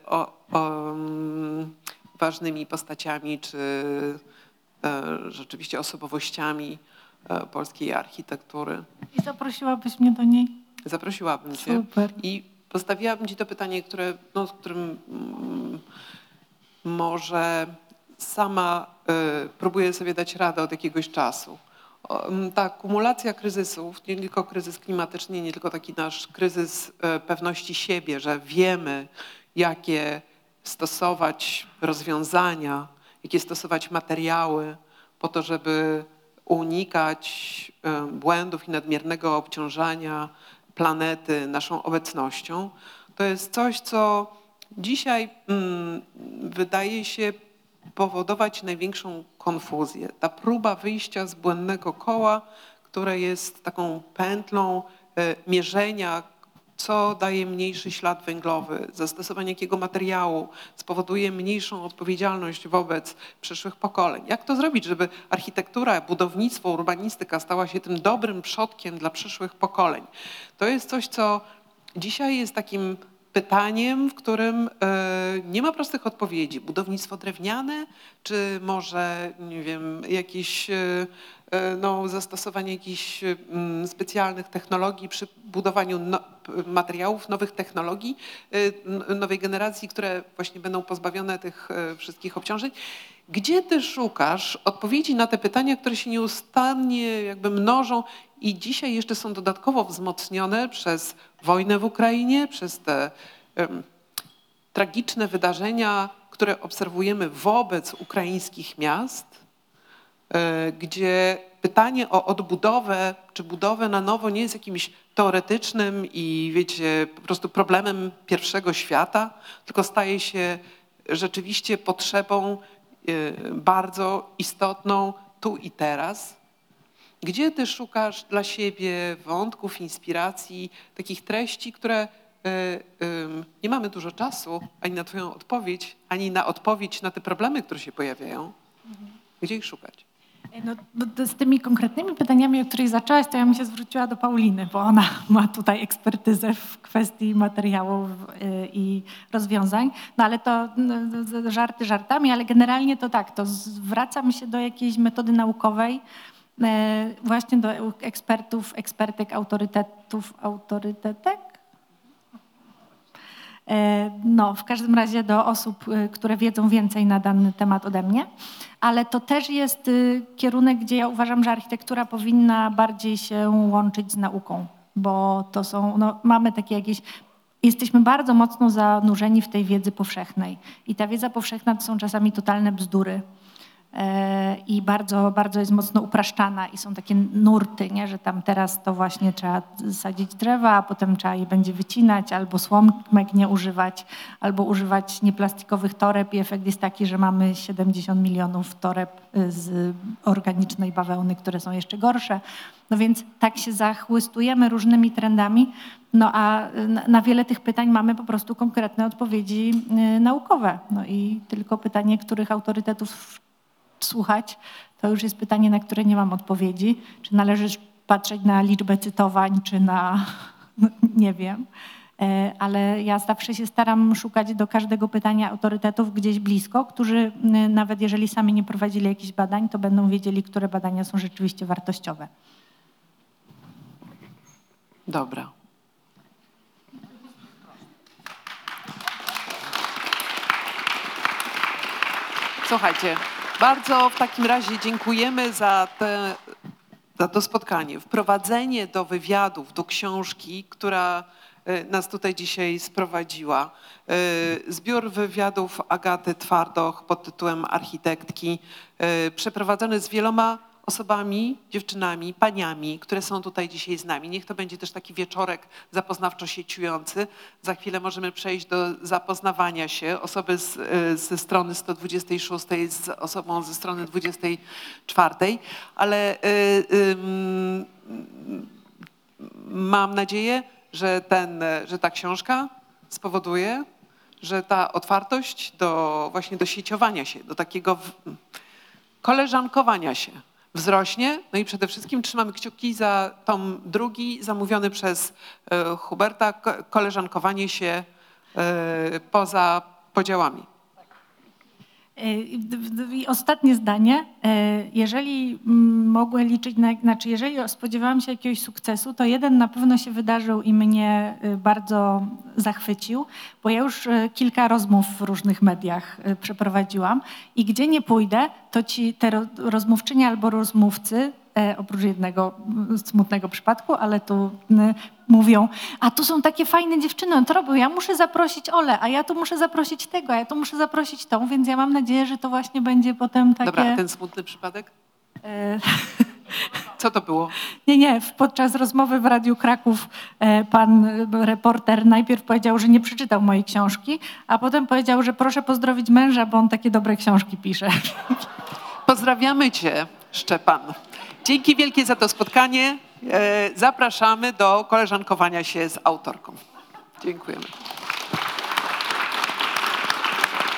ważnymi postaciami czy rzeczywiście osobowościami polskiej architektury. I zaprosiłabyś mnie do niej? Zaprosiłabym cię. Super. I postawiłabym ci to pytanie, z którym może sama próbuję sobie dać radę od jakiegoś czasu. Ta kumulacja kryzysów, nie tylko kryzys klimatyczny, nie tylko taki nasz kryzys pewności siebie, że wiemy, jakie stosować rozwiązania, jakie stosować materiały po to, żeby unikać błędów i nadmiernego obciążania planety naszą obecnością. To jest coś, co dzisiaj wydaje się powodować największą konfuzję. Ta próba wyjścia z błędnego koła, które jest taką pętlą mierzenia, co daje mniejszy ślad węglowy, zastosowanie jakiego materiału spowoduje mniejszą odpowiedzialność wobec przyszłych pokoleń. Jak to zrobić, żeby architektura, budownictwo, urbanistyka stała się tym dobrym przodkiem dla przyszłych pokoleń? To jest coś, co dzisiaj jest takim pytaniem, w którym nie ma prostych odpowiedzi. Budownictwo drewniane, czy może, nie wiem, jakieś zastosowanie jakichś specjalnych technologii przy budowaniu materiałów, nowych technologii, nowej generacji, które właśnie będą pozbawione tych wszystkich obciążeń. Gdzie ty szukasz odpowiedzi na te pytania, które się nieustannie jakby mnożą i dzisiaj jeszcze są dodatkowo wzmocnione przez wojnę w Ukrainie, przez te tragiczne wydarzenia, które obserwujemy wobec ukraińskich miast, gdzie pytanie o odbudowę czy budowę na nowo nie jest jakimś teoretycznym i wiecie, po prostu problemem pierwszego świata, tylko staje się rzeczywiście potrzebą bardzo istotną tu i teraz. Gdzie ty szukasz dla siebie wątków, inspiracji, takich treści, które nie mamy dużo czasu ani na twoją odpowiedź, ani na odpowiedź na te problemy, które się pojawiają? Gdzie ich szukać? No, z tymi konkretnymi pytaniami, o których zaczęłaś, to ja bym się zwróciła do Pauliny, bo ona ma tutaj ekspertyzę w kwestii materiałów i rozwiązań. No ale to żarty żartami, ale generalnie to tak, to zwracam się do jakiejś metody naukowej, właśnie do ekspertów, ekspertek, autorytetek? No, w każdym razie do osób, które wiedzą więcej na dany temat ode mnie, ale to też jest kierunek, gdzie ja uważam, że architektura powinna bardziej się łączyć z nauką. bo to są, no, mamy takie jakieś, jesteśmy bardzo mocno zanurzeni w tej wiedzy powszechnej i ta wiedza powszechna to są czasami totalne bzdury. I bardzo, bardzo jest mocno upraszczana i są takie nurty, nie? Że tam teraz to właśnie trzeba sadzić drzewa, a potem trzeba je będzie wycinać, albo słomek nie używać, albo używać nieplastikowych toreb i efekt jest taki, że mamy 70 milionów toreb z organicznej bawełny, które są jeszcze gorsze. No więc tak się zachłystujemy różnymi trendami, no a na wiele tych pytań mamy po prostu konkretne odpowiedzi naukowe. No i tylko pytanie, których autorytetów słuchać, to już jest pytanie, na które nie mam odpowiedzi. Czy należy patrzeć na liczbę cytowań, czy na... No, nie wiem. Ale ja zawsze się staram szukać do każdego pytania autorytetów gdzieś blisko, którzy nawet jeżeli sami nie prowadzili jakichś badań, to będą wiedzieli, które badania są rzeczywiście wartościowe. Dobra. Słuchajcie, bardzo w takim razie dziękujemy za to spotkanie. Wprowadzenie do wywiadów, do książki, która nas tutaj dzisiaj sprowadziła. Zbiór wywiadów Agaty Twardoch pod tytułem Architektki, przeprowadzony z wieloma osobami, dziewczynami, paniami, które są tutaj dzisiaj z nami. Niech to będzie też taki wieczorek zapoznawczo-sieciujący. Za chwilę możemy przejść do zapoznawania się osoby ze strony 126 z osobą ze strony 24, ale mam nadzieję, że ta książka spowoduje, że ta otwartość właśnie do sieciowania się, do takiego koleżankowania się wzrośnie. No i przede wszystkim trzymamy kciuki za tom drugi, zamówiony przez Huberta, koleżankowanie się poza podziałami. I ostatnie zdanie. Jeżeli mogłem liczyć jeżeli spodziewałam się jakiegoś sukcesu, to jeden na pewno się wydarzył i mnie bardzo zachwycił, bo ja już kilka rozmów w różnych mediach przeprowadziłam i gdzie nie pójdę, to te rozmówczynie albo rozmówcy, oprócz jednego smutnego przypadku, ale tu mówią, a tu są takie fajne dziewczyny, on to robią, ja muszę zaprosić Olę, a ja tu muszę zaprosić tego, a ja tu muszę zaprosić tą, więc ja mam nadzieję, że to właśnie będzie potem takie... Dobra, a ten smutny przypadek? Co to było? Nie, podczas rozmowy w Radiu Kraków pan reporter najpierw powiedział, że nie przeczytał mojej książki, a potem powiedział, że proszę pozdrowić męża, bo on takie dobre książki pisze. Pozdrawiamy cię, Szczepan. Dzięki wielkie za to spotkanie. Zapraszamy do koleżankowania się z autorką. Dziękujemy.